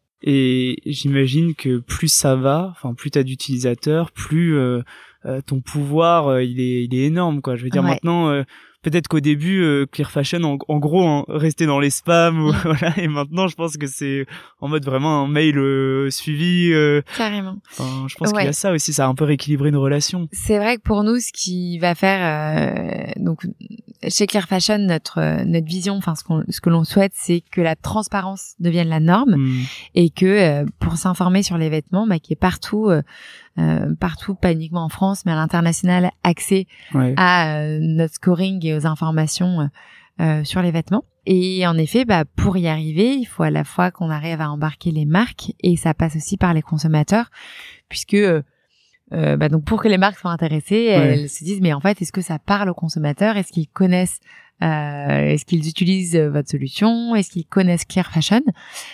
Et j'imagine que plus ça va, enfin plus t'as d'utilisateurs, plus euh, euh, ton pouvoir euh, il est il est énorme quoi. Je veux dire ouais. maintenant euh, peut-être qu'au début euh, Clear Fashion en, en gros hein, restait dans les spams ou, voilà et maintenant je pense que c'est en mode vraiment un mail euh, suivi euh, carrément. Enfin, je pense ouais. qu'il y a ça aussi, ça a un peu rééquilibré une relation. C'est vrai que pour nous ce qui va faire euh, donc chez Clear Fashion notre notre vision enfin ce qu'on ce que l'on souhaite c'est que la transparence devienne la norme mmh. et que euh, pour s'informer sur les vêtements bah qui est partout euh, Euh, partout, pas uniquement en France, mais à l'international, accès ouais. à euh, notre scoring et aux informations euh, sur les vêtements. Et en effet, bah, pour y arriver, il faut à la fois qu'on arrive à embarquer les marques et ça passe aussi par les consommateurs, puisque euh, euh, bah, donc pour que les marques soient intéressées, ouais. elles se disent mais en fait, est-ce que ça parle aux consommateurs ? Est-ce qu'ils connaissent euh, Est-ce qu'ils utilisent votre solution ? Est-ce qu'ils connaissent Clear Fashion ?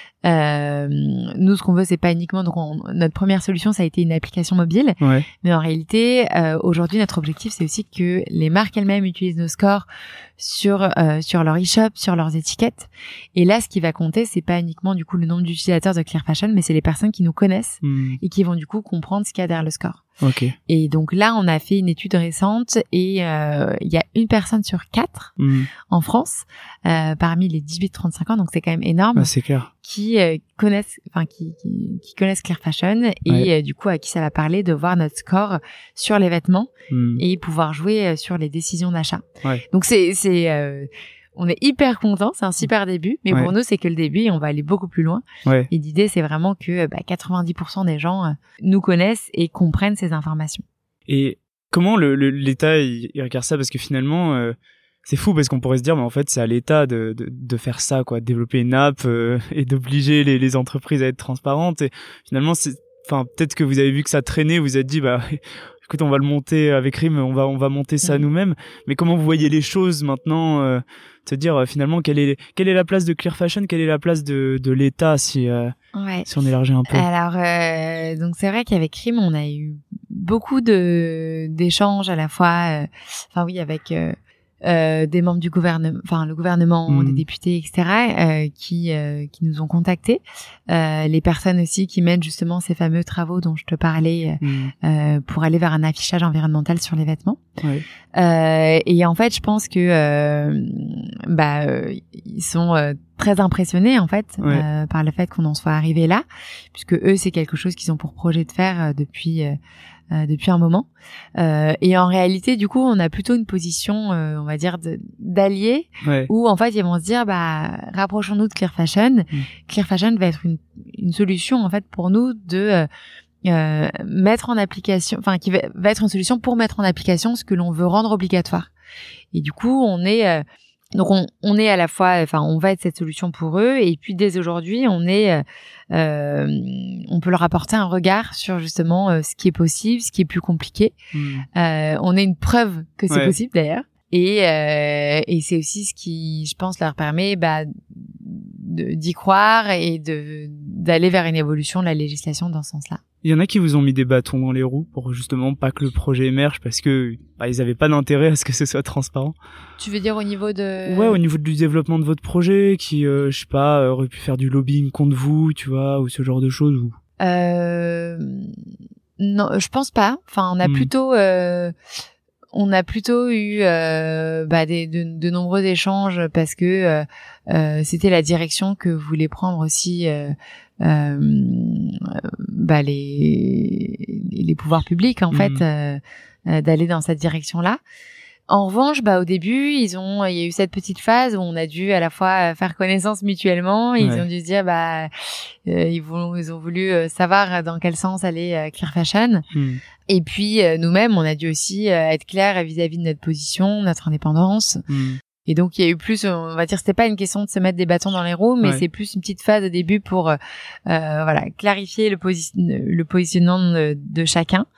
Euh, nous, ce qu'on veut, c'est pas uniquement donc on, notre première solution, ça a été une application mobile, ouais. mais en réalité, euh, aujourd'hui, notre objectif, c'est aussi que les marques elles-mêmes utilisent nos scores sur euh, sur leur e-shop, sur leurs étiquettes. Et là, ce qui va compter, c'est pas uniquement du coup le nombre d'utilisateurs de Clear Fashion, mais c'est les personnes qui nous connaissent mmh. et qui vont du coup comprendre ce qu'il y a derrière le score. Okay. Et donc là, on a fait une étude récente et euh, il y a une personne sur quatre mmh. en France, euh, parmi les dix-huit trente-cinq ans, donc c'est quand même énorme. Ah, c'est clair. Qui euh, connaissent, enfin qui, qui qui connaissent Clear Fashion et ouais. euh, du coup à qui ça va parler de voir notre score sur les vêtements mmh. et pouvoir jouer euh, sur les décisions d'achat. Ouais. Donc c'est c'est euh, on est hyper contents, c'est un super début, mais ouais. pour nous c'est que le début et on va aller beaucoup plus loin. Ouais. Et l'idée c'est vraiment que bah, quatre-vingt-dix pour cent des gens euh, nous connaissent et comprennent ces informations. Et comment le, le l'État il, il regarde ça parce que finalement euh, c'est fou parce qu'on pourrait se dire mais en fait c'est à l'État de de, de faire ça quoi, de développer une app euh, et d'obliger les, les entreprises à être transparentes et finalement c'est enfin peut-être que vous avez vu que ça traînait, vous vous êtes dit bah écoute on va le monter avec Rim, on va on va monter ça mmh. nous-mêmes, mais comment vous voyez les choses maintenant euh, te dire euh, finalement quelle est quelle est la place de Clear Fashion, quelle est la place de de l'État si euh, ouais. si on élargit un peu. Alors euh, donc c'est vrai qu'avec Rim on a eu beaucoup de d'échanges à la fois euh, enfin oui avec euh, Euh, des membres du gouvernement, enfin le gouvernement, mmh. des députés, et cetera, euh, qui euh, qui nous ont contactés, euh, les personnes aussi qui mènent justement ces fameux travaux dont je te parlais mmh. euh, pour aller vers un affichage environnemental sur les vêtements. Ouais. Euh, et en fait, je pense que euh, bah euh, ils sont euh, très impressionnés en fait ouais. euh, par le fait qu'on en soit arrivé là, puisque eux c'est quelque chose qu'ils ont pour projet de faire euh, depuis euh, Euh, depuis un moment euh, et en réalité du coup on a plutôt une position euh, on va dire de, d'alliés ouais. où en fait ils vont se dire bah rapprochons-nous de Clear Fashion. mmh. Clear Fashion va être une, une solution en fait pour nous de euh, euh, mettre en application enfin qui va, va être une solution pour mettre en application ce que l'on veut rendre obligatoire et du coup on est euh, donc on, on est à la fois, enfin on va être cette solution pour eux et puis dès aujourd'hui on est, euh, on peut leur apporter un regard sur justement euh, ce qui est possible, ce qui est plus compliqué. Mmh. Euh, on est une preuve que c'est ouais. possible d'ailleurs et euh, et c'est aussi ce qui, je pense, leur permet bah de, d'y croire et de d'aller vers une évolution de la législation dans ce sens-là. Il y en a qui vous ont mis des bâtons dans les roues pour justement pas que le projet émerge parce que bah, ils avaient pas d'intérêt à ce que ce soit transparent. Tu veux dire au niveau de... Ouais, au niveau du développement de votre projet, qui, euh, je sais pas, euh, aurait pu faire du lobbying contre vous, tu vois, ou ce genre de choses ou... Euh... Non, je pense pas. Enfin, on a Hmm. plutôt... Euh... On a plutôt eu euh, bah, des, de, de nombreux échanges parce que euh, euh, c'était la direction que voulaient prendre aussi euh, euh, bah, les, les pouvoirs publics en mmh. fait, euh, euh, d'aller dans cette direction-là. En revanche, bah au début, ils ont, il y a eu cette petite phase où on a dû à la fois faire connaissance mutuellement. Ils ouais. ont dû se dire, bah, euh, ils, vont, ils ont voulu savoir dans quel sens allait euh, Clear Fashion. Mm. Et puis euh, nous-mêmes, on a dû aussi euh, être clairs vis-à-vis de notre position, notre indépendance. Mm. Et donc il y a eu plus, on va dire, c'était pas une question de se mettre des bâtons dans les roues, mais ouais. c'est plus une petite phase au début pour, euh, voilà, clarifier le, posi- le positionnement de, de chacun.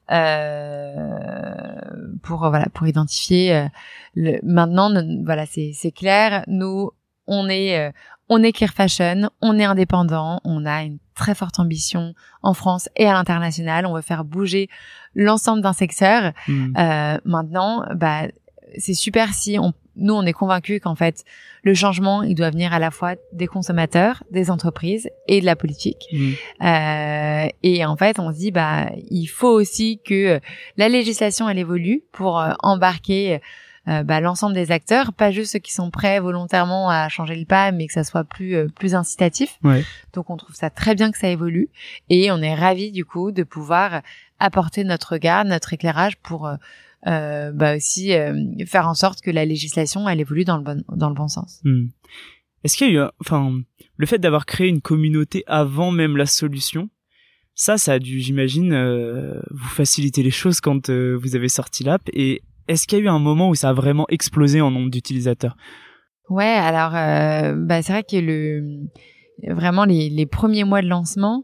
Euh, pour voilà pour identifier euh, le, maintenant voilà c'est c'est clair, nous on est euh, on est Clear Fashion, on est indépendant, on a une très forte ambition en France et à l'international, on veut faire bouger l'ensemble d'un secteur. Mmh. Euh, maintenant bah c'est super si on nous on est convaincus qu'en fait le changement il doit venir à la fois des consommateurs, des entreprises et de la politique. Mmh. Euh, et en fait on se dit bah il faut aussi que la législation elle évolue pour euh, embarquer euh, bah, l'ensemble des acteurs, pas juste ceux qui sont prêts volontairement à changer le pas, mais que ça soit plus euh, plus incitatif. Ouais. Donc on trouve ça très bien que ça évolue et on est ravis du coup de pouvoir apporter notre regard, notre éclairage pour euh, Euh, bah aussi euh, faire en sorte que la législation elle évolue dans le bon dans le bon sens. Mmh. Est-ce qu'il y a eu, enfin, le fait d'avoir créé une communauté avant même la solution, ça, ça a dû, j'imagine, euh, vous faciliter les choses quand euh, vous avez sorti l'app. Et est-ce qu'il y a eu un moment où ça a vraiment explosé en nombre d'utilisateurs? Ouais, alors, euh, bah c'est vrai que le vraiment les les premiers mois de lancement.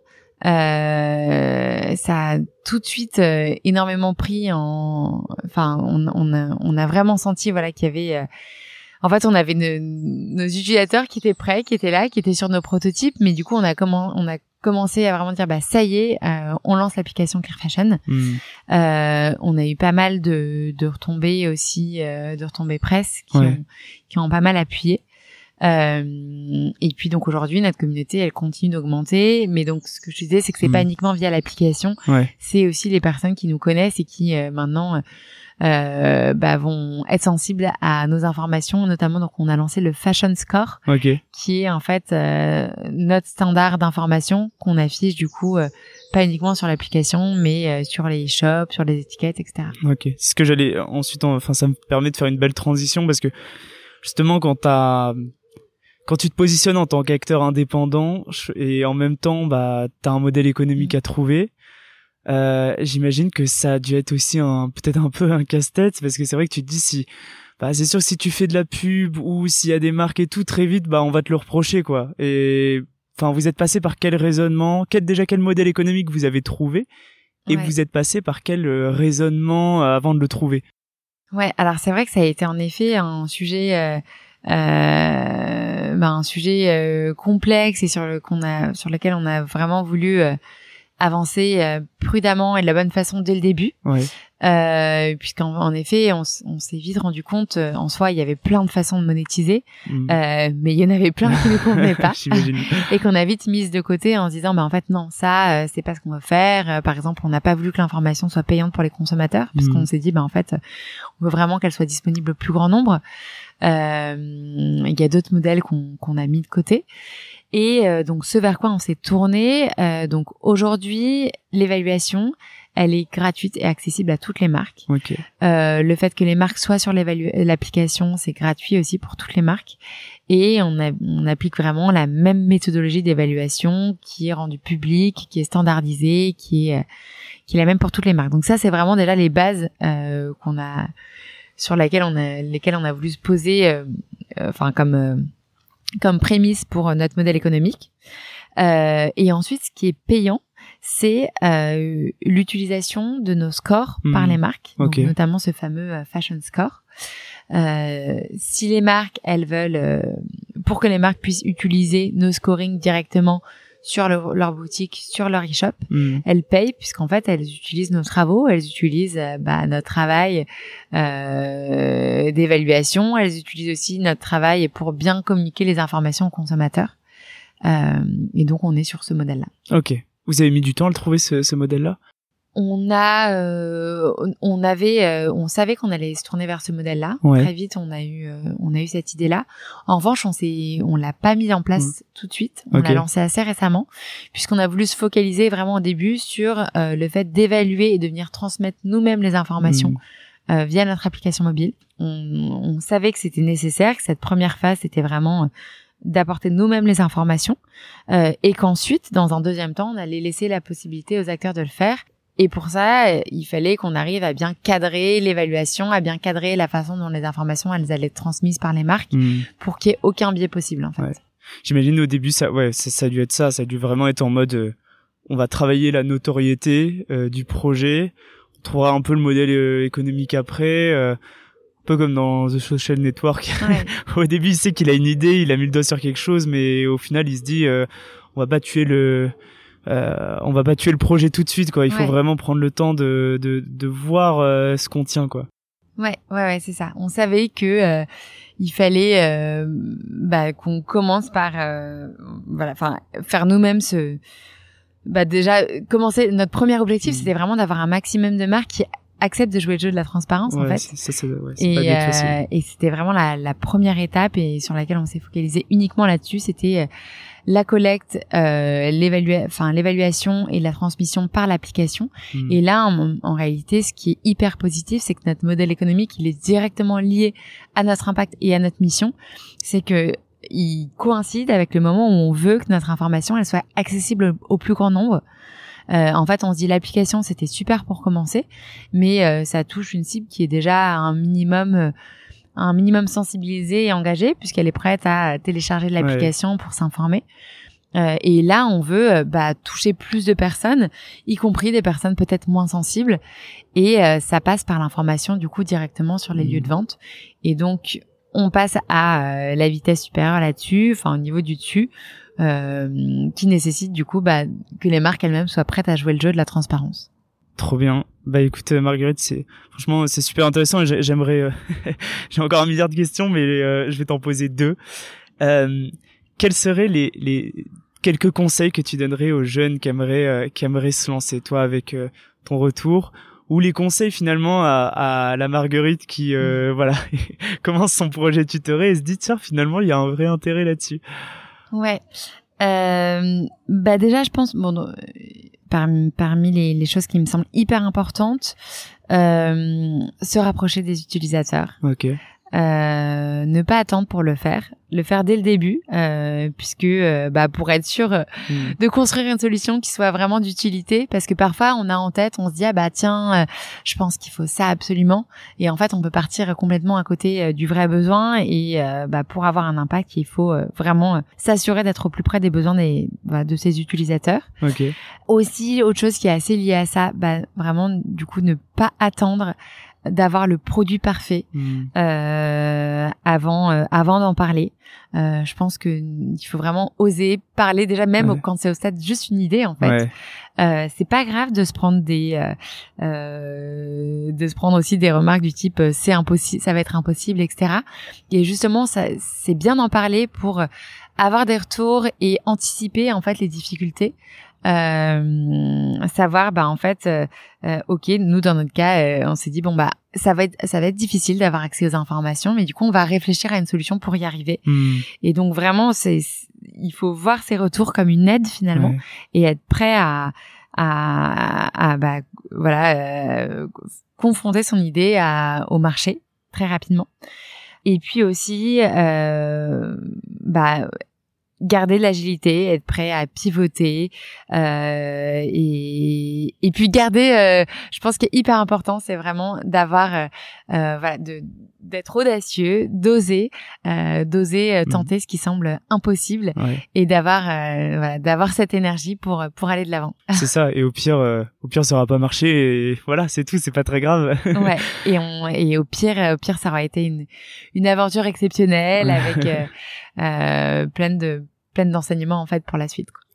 Euh, ça a tout de suite euh, énormément pris en, enfin, on, on a, on a vraiment senti, voilà, qu'il y avait, euh... en fait, on avait ne, nos utilisateurs qui étaient prêts, qui étaient là, qui étaient sur nos prototypes, mais du coup, on a comment, on a commencé à vraiment dire, bah, ça y est, euh, on lance l'application Clear Fashion. Mmh. Euh, on a eu pas mal de, de retombées aussi, euh, de retombées presse qui ouais. ont, qui ont pas mal appuyé. Euh, et puis donc aujourd'hui notre communauté elle continue d'augmenter, mais donc ce que je disais c'est que c'est mmh. pas uniquement via l'application, ouais. c'est aussi les personnes qui nous connaissent et qui euh, maintenant euh, bah, vont être sensibles à nos informations, notamment donc on a lancé le Fashion Score, okay. qui est en fait euh, notre standard d'information qu'on affiche du coup euh, pas uniquement sur l'application mais euh, sur les shops, sur les étiquettes, et cetera. Ok, c'est ce que j'allais ensuite, enfin ça me permet de faire une belle transition parce que justement quand t'as Quand tu te positionnes en tant qu'acteur indépendant et en même temps, bah, t'as un modèle économique à trouver, euh, j'imagine que ça a dû être aussi un, peut-être un peu un casse-tête parce que c'est vrai que tu te dis si, bah, c'est sûr si tu fais de la pub ou s'il y a des marques et tout, très vite, bah, on va te le reprocher, quoi. Et, enfin, vous êtes passé par quel raisonnement, quel, déjà quel modèle économique vous avez trouvé et ouais. vous êtes passé par quel raisonnement avant de le trouver? Ouais, alors c'est vrai que ça a été en effet un sujet, euh, euh, ben un sujet euh, complexe et sur le qu'on a sur lequel on a vraiment voulu euh, avancer euh, prudemment et de la bonne façon dès le début. Ouais. Euh, puisqu'en en effet, on, on s'est vite rendu compte, euh, en soi, il y avait plein de façons de monétiser, mmh. euh, mais il y en avait plein qui ne convenaient pas, et qu'on a vite mise de côté en se disant, bah en fait non, ça, euh, c'est pas ce qu'on va faire. Euh, par exemple, on n'a pas voulu que l'information soit payante pour les consommateurs, mmh. puisqu'on s'est dit, bah en fait, on veut vraiment qu'elle soit disponible au plus grand nombre. Euh, il y a d'autres modèles qu'on, qu'on a mis de côté. Et euh, donc, ce vers quoi on s'est tourné. Euh, donc, aujourd'hui, l'évaluation, elle est gratuite et accessible à toutes les marques. Okay. Euh, le fait que les marques soient sur l'application, c'est gratuit aussi pour toutes les marques. Et on, a, on applique vraiment la même méthodologie d'évaluation qui est rendue publique, qui est standardisée, qui est, qui est la même pour toutes les marques. Donc ça, c'est vraiment déjà les bases euh, qu'on a, sur laquelle on a, lesquelles on a voulu se poser, euh, euh, enfin comme euh, comme prémisse pour notre modèle économique. Euh, et ensuite, ce qui est payant, c'est euh, l'utilisation de nos scores mmh. par les marques, okay. donc notamment ce fameux euh, Fashion Score. Euh, si les marques, elles veulent, euh, pour que les marques puissent utiliser nos scorings directement sur le, leur boutique, sur leur e-shop. Mmh. Elles payent puisqu'en fait, elles utilisent nos travaux, elles utilisent euh, bah, notre travail euh, d'évaluation, elles utilisent aussi notre travail pour bien communiquer les informations aux consommateurs. Euh, et donc, on est sur ce modèle-là. Ok. Vous avez mis du temps à le trouver, ce, ce modèle-là? On a, euh, on avait, euh, on savait qu'on allait se tourner vers ce modèle-là. Ouais. Très vite, on a eu, euh, on a eu cette idée-là. En revanche, on s'est, on l'a pas mis en place mmh. tout de suite. On okay. l'a lancé assez récemment, puisqu'on a voulu se focaliser vraiment au début sur euh, le fait d'évaluer et de venir transmettre nous-mêmes les informations mmh. euh, via notre application mobile. On, on savait que c'était nécessaire, que cette première phase, c'était vraiment euh, d'apporter nous-mêmes les informations, euh, et qu'ensuite, dans un deuxième temps, on allait laisser la possibilité aux acteurs de le faire. Et pour ça, il fallait qu'on arrive à bien cadrer l'évaluation, à bien cadrer la façon dont les informations elles allaient être transmises par les marques, mmh. pour qu'il y ait aucun biais possible en fait. Ouais. J'imagine au début ça, ouais, ça, ça a dû être ça, ça a dû vraiment être en mode, euh, on va travailler la notoriété euh, du projet, on trouvera un peu le modèle euh, économique après. Euh, un peu comme dans The Social Network. Ouais. Au début, il sait qu'il a une idée, il a mis le doigt sur quelque chose, mais au final, il se dit, euh, on va pas tuer le. Euh, on va pas tuer le projet tout de suite, quoi. Il ouais. faut vraiment prendre le temps de de, de voir euh, ce qu'on tient, quoi. Ouais, ouais, ouais, c'est ça. On savait que euh, il fallait euh, bah, qu'on commence par euh, voilà, enfin, faire nous-mêmes ce. Bah déjà, commencer. Notre premier objectif, mmh. c'était vraiment d'avoir un maximum de marques qui acceptent de jouer le jeu de la transparence, ouais, en fait. C'est, c'est, ouais, c'est et, pas bien facile. Euh, et c'était vraiment la, la première étape et sur laquelle on s'est focalisé uniquement là-dessus. C'était euh, la collecte, euh, l'évalua- enfin l'évaluation et la transmission par l'application. Mmh. Et là, en, en réalité, ce qui est hyper positif, c'est que notre modèle économique, il est directement lié à notre impact et à notre mission. C'est que il coïncide avec le moment où on veut que notre information, elle soit accessible au plus grand nombre. Euh, en fait, on se dit l'application, c'était super pour commencer, mais euh, ça touche une cible qui est déjà un minimum, euh, un minimum sensibilisée et engagée, puisqu'elle est prête à télécharger l'application ouais. pour s'informer. Euh, et là, on veut euh, bah, toucher plus de personnes, y compris des personnes peut-être moins sensibles, et euh, ça passe par l'information du coup directement sur les mmh. lieux de vente. Et donc, on passe à euh, la vitesse supérieure là-dessus, enfin au niveau du dessus. Euh, qui nécessite du coup bah, que les marques elles-mêmes soient prêtes à jouer le jeu de la transparence. Trop bien. Bah écoute euh, Marguerite, c'est franchement c'est super intéressant et j'aimerais euh, j'ai encore un milliard de questions mais euh, je vais t'en poser deux. Euh, quels seraient les les quelques conseils que tu donnerais aux jeunes qui aimeraient euh, qui aimeraient se lancer toi avec euh, ton retour, ou les conseils finalement à, à la Marguerite qui euh, mmh. voilà commence son projet tutoré et se dit tiens finalement il y a un vrai intérêt là-dessus. Ouais. Euh, bah déjà, je pense, bon, euh, parmi, parmi les, les choses qui me semblent hyper importantes, euh, se rapprocher des utilisateurs. Ok. Euh, ne pas attendre pour le faire, le faire dès le début, euh, puisque euh, bah pour être sûr euh, mmh. de construire une solution qui soit vraiment d'utilité, parce que parfois on a en tête, on se dit ah bah tiens, euh, je pense qu'il faut ça absolument, et en fait on peut partir complètement à côté euh, du vrai besoin, et euh, bah pour avoir un impact, il faut euh, vraiment euh, s'assurer d'être au plus près des besoins des bah, de ses utilisateurs. Ok. Aussi autre chose qui est assez liée à ça, bah vraiment du coup ne pas attendre d'avoir le produit parfait mmh. euh, avant euh, avant d'en parler. Euh, je pense que il faut vraiment oser parler déjà même ouais. quand c'est au stade juste une idée en fait. Ouais. Euh, c'est pas grave de se prendre des euh, euh, de se prendre aussi des remarques du type euh, c'est impossible, ça va être impossible, et cetera. Et justement ça c'est bien d'en parler pour avoir des retours et anticiper en fait les difficultés. Euh, savoir bah en fait euh, euh, ok nous dans notre cas euh, on s'est dit bon bah ça va être ça va être difficile d'avoir accès aux informations, mais du coup on va réfléchir à une solution pour y arriver. Mmh. Et donc vraiment c'est il faut voir ces retours comme une aide finalement ouais. et être prêt à à, à, à bah voilà euh, confronter son idée à, au marché très rapidement. Et puis aussi euh, bah garder de l'agilité, être prêt à pivoter euh, et et puis garder euh, je pense qu'il est hyper important, c'est vraiment d'avoir euh, euh, voilà de d'être audacieux, d'oser euh, d'oser euh, tenter mmh. ce qui semble impossible ouais. et d'avoir euh, voilà d'avoir cette énergie pour pour aller de l'avant. C'est ça, et au pire euh, au pire ça aura pas marché et voilà, c'est tout, c'est pas très grave. Ouais, et on et au pire au pire ça aura été une une aventure exceptionnelle avec euh, euh, plein de plein d'enseignements en fait pour la suite quoi.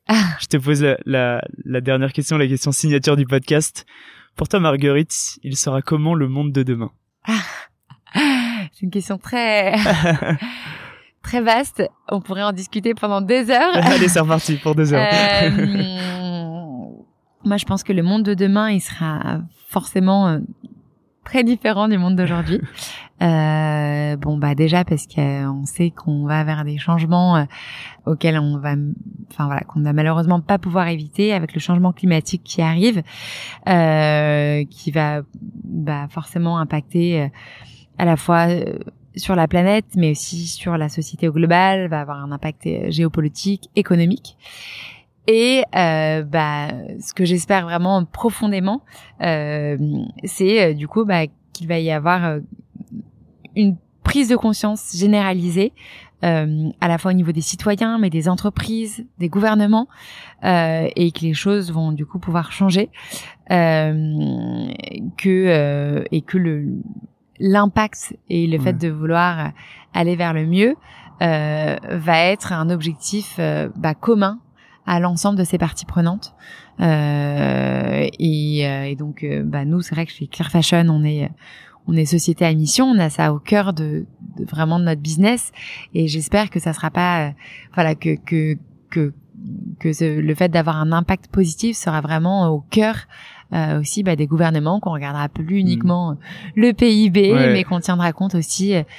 Ah. Je te pose la, la, la dernière question, la question signature du podcast. Pour toi, Marguerite, il sera comment le monde de demain? Ah. C'est une question très... très vaste. On pourrait en discuter pendant des heures. Allez, c'est reparti pour deux heures. Euh, moi, je pense que le monde de demain, il sera forcément euh, très différent du monde d'aujourd'hui. Euh, bon, bah déjà parce qu'on sait qu'on va vers des changements euh, auxquels on va, enfin voilà, qu'on va malheureusement pas pouvoir éviter avec le changement climatique qui arrive, euh, qui va, bah forcément impacter euh, à la fois euh, sur la planète, mais aussi sur la société au global, va avoir un impact géopolitique, économique. Et euh, bah, ce que j'espère vraiment profondément, euh, c'est euh, du coup bah, qu'il va y avoir euh, une prise de conscience généralisée, euh, à la fois au niveau des citoyens, mais des entreprises, des gouvernements, euh, et que les choses vont du coup pouvoir changer, euh, que euh, et que le l'impact et le ouais. fait de vouloir aller vers le mieux euh, va être un objectif euh, bah, commun à l'ensemble de ces parties prenantes. Euh, et, euh, et donc, euh, bah, nous, c'est vrai que chez Clear Fashion, on est, on est société à mission, on a ça au cœur de, de vraiment de notre business. Et j'espère que ça sera pas, euh, voilà, que que que que ce, le fait d'avoir un impact positif sera vraiment au cœur. Euh, aussi bah, des gouvernements, qu'on regardera plus uniquement mmh. le P I B, ouais. mais qu'on tiendra compte aussi euh,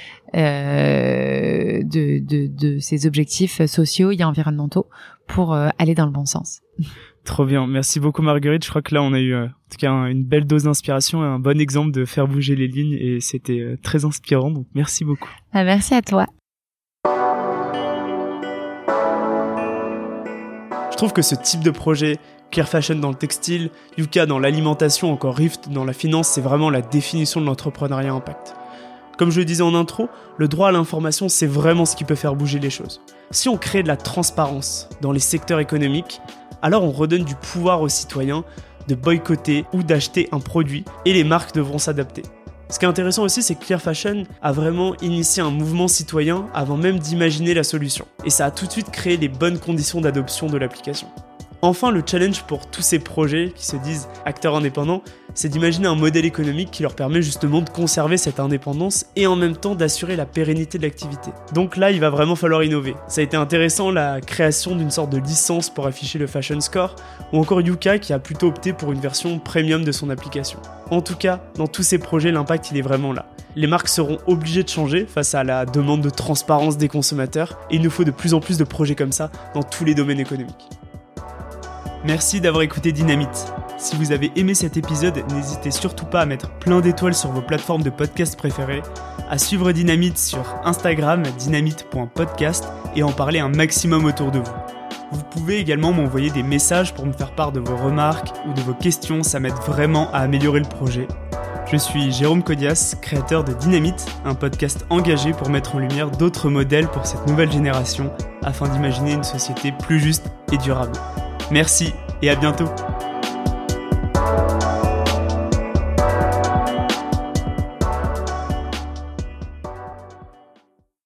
de, de, de ces objectifs sociaux et environnementaux pour euh, aller dans le bon sens. Trop bien, merci beaucoup Marguerite. Je crois que là on a eu euh, en tout cas un, une belle dose d'inspiration et un bon exemple de faire bouger les lignes et c'était euh, très inspirant, donc merci beaucoup. Ah, merci à toi. Je trouve que ce type de projet, Clear Fashion dans le textile, Yuka dans l'alimentation, encore Rift dans la finance, c'est vraiment la définition de l'entrepreneuriat impact. Comme je le disais en intro, le droit à l'information, c'est vraiment ce qui peut faire bouger les choses. Si on crée de la transparence dans les secteurs économiques, alors on redonne du pouvoir aux citoyens de boycotter ou d'acheter un produit et les marques devront s'adapter. Ce qui est intéressant aussi, c'est que Clear Fashion a vraiment initié un mouvement citoyen avant même d'imaginer la solution. Et ça a tout de suite créé les bonnes conditions d'adoption de l'application. Enfin, le challenge pour tous ces projets qui se disent acteurs indépendants, c'est d'imaginer un modèle économique qui leur permet justement de conserver cette indépendance et en même temps d'assurer la pérennité de l'activité. Donc là, il va vraiment falloir innover. Ça a été intéressant la création d'une sorte de licence pour afficher le Fashion Score, ou encore Yuka qui a plutôt opté pour une version premium de son application. En tout cas, dans tous ces projets, l'impact il est vraiment là. Les marques seront obligées de changer face à la demande de transparence des consommateurs, et il nous faut de plus en plus de projets comme ça dans tous les domaines économiques. Merci d'avoir écouté Dynamite. Si vous avez aimé cet épisode, n'hésitez surtout pas à mettre plein d'étoiles sur vos plateformes de podcast préférées, à suivre Dynamite sur Instagram dynamite point podcast et en parler un maximum autour de vous. Vous pouvez également m'envoyer des messages pour me faire part de vos remarques ou de vos questions, ça m'aide vraiment à améliorer le projet. Je suis Jérôme Codias, créateur de Dynamite, un podcast engagé pour mettre en lumière d'autres modèles pour cette nouvelle génération afin d'imaginer une société plus juste et durable. Merci et à bientôt.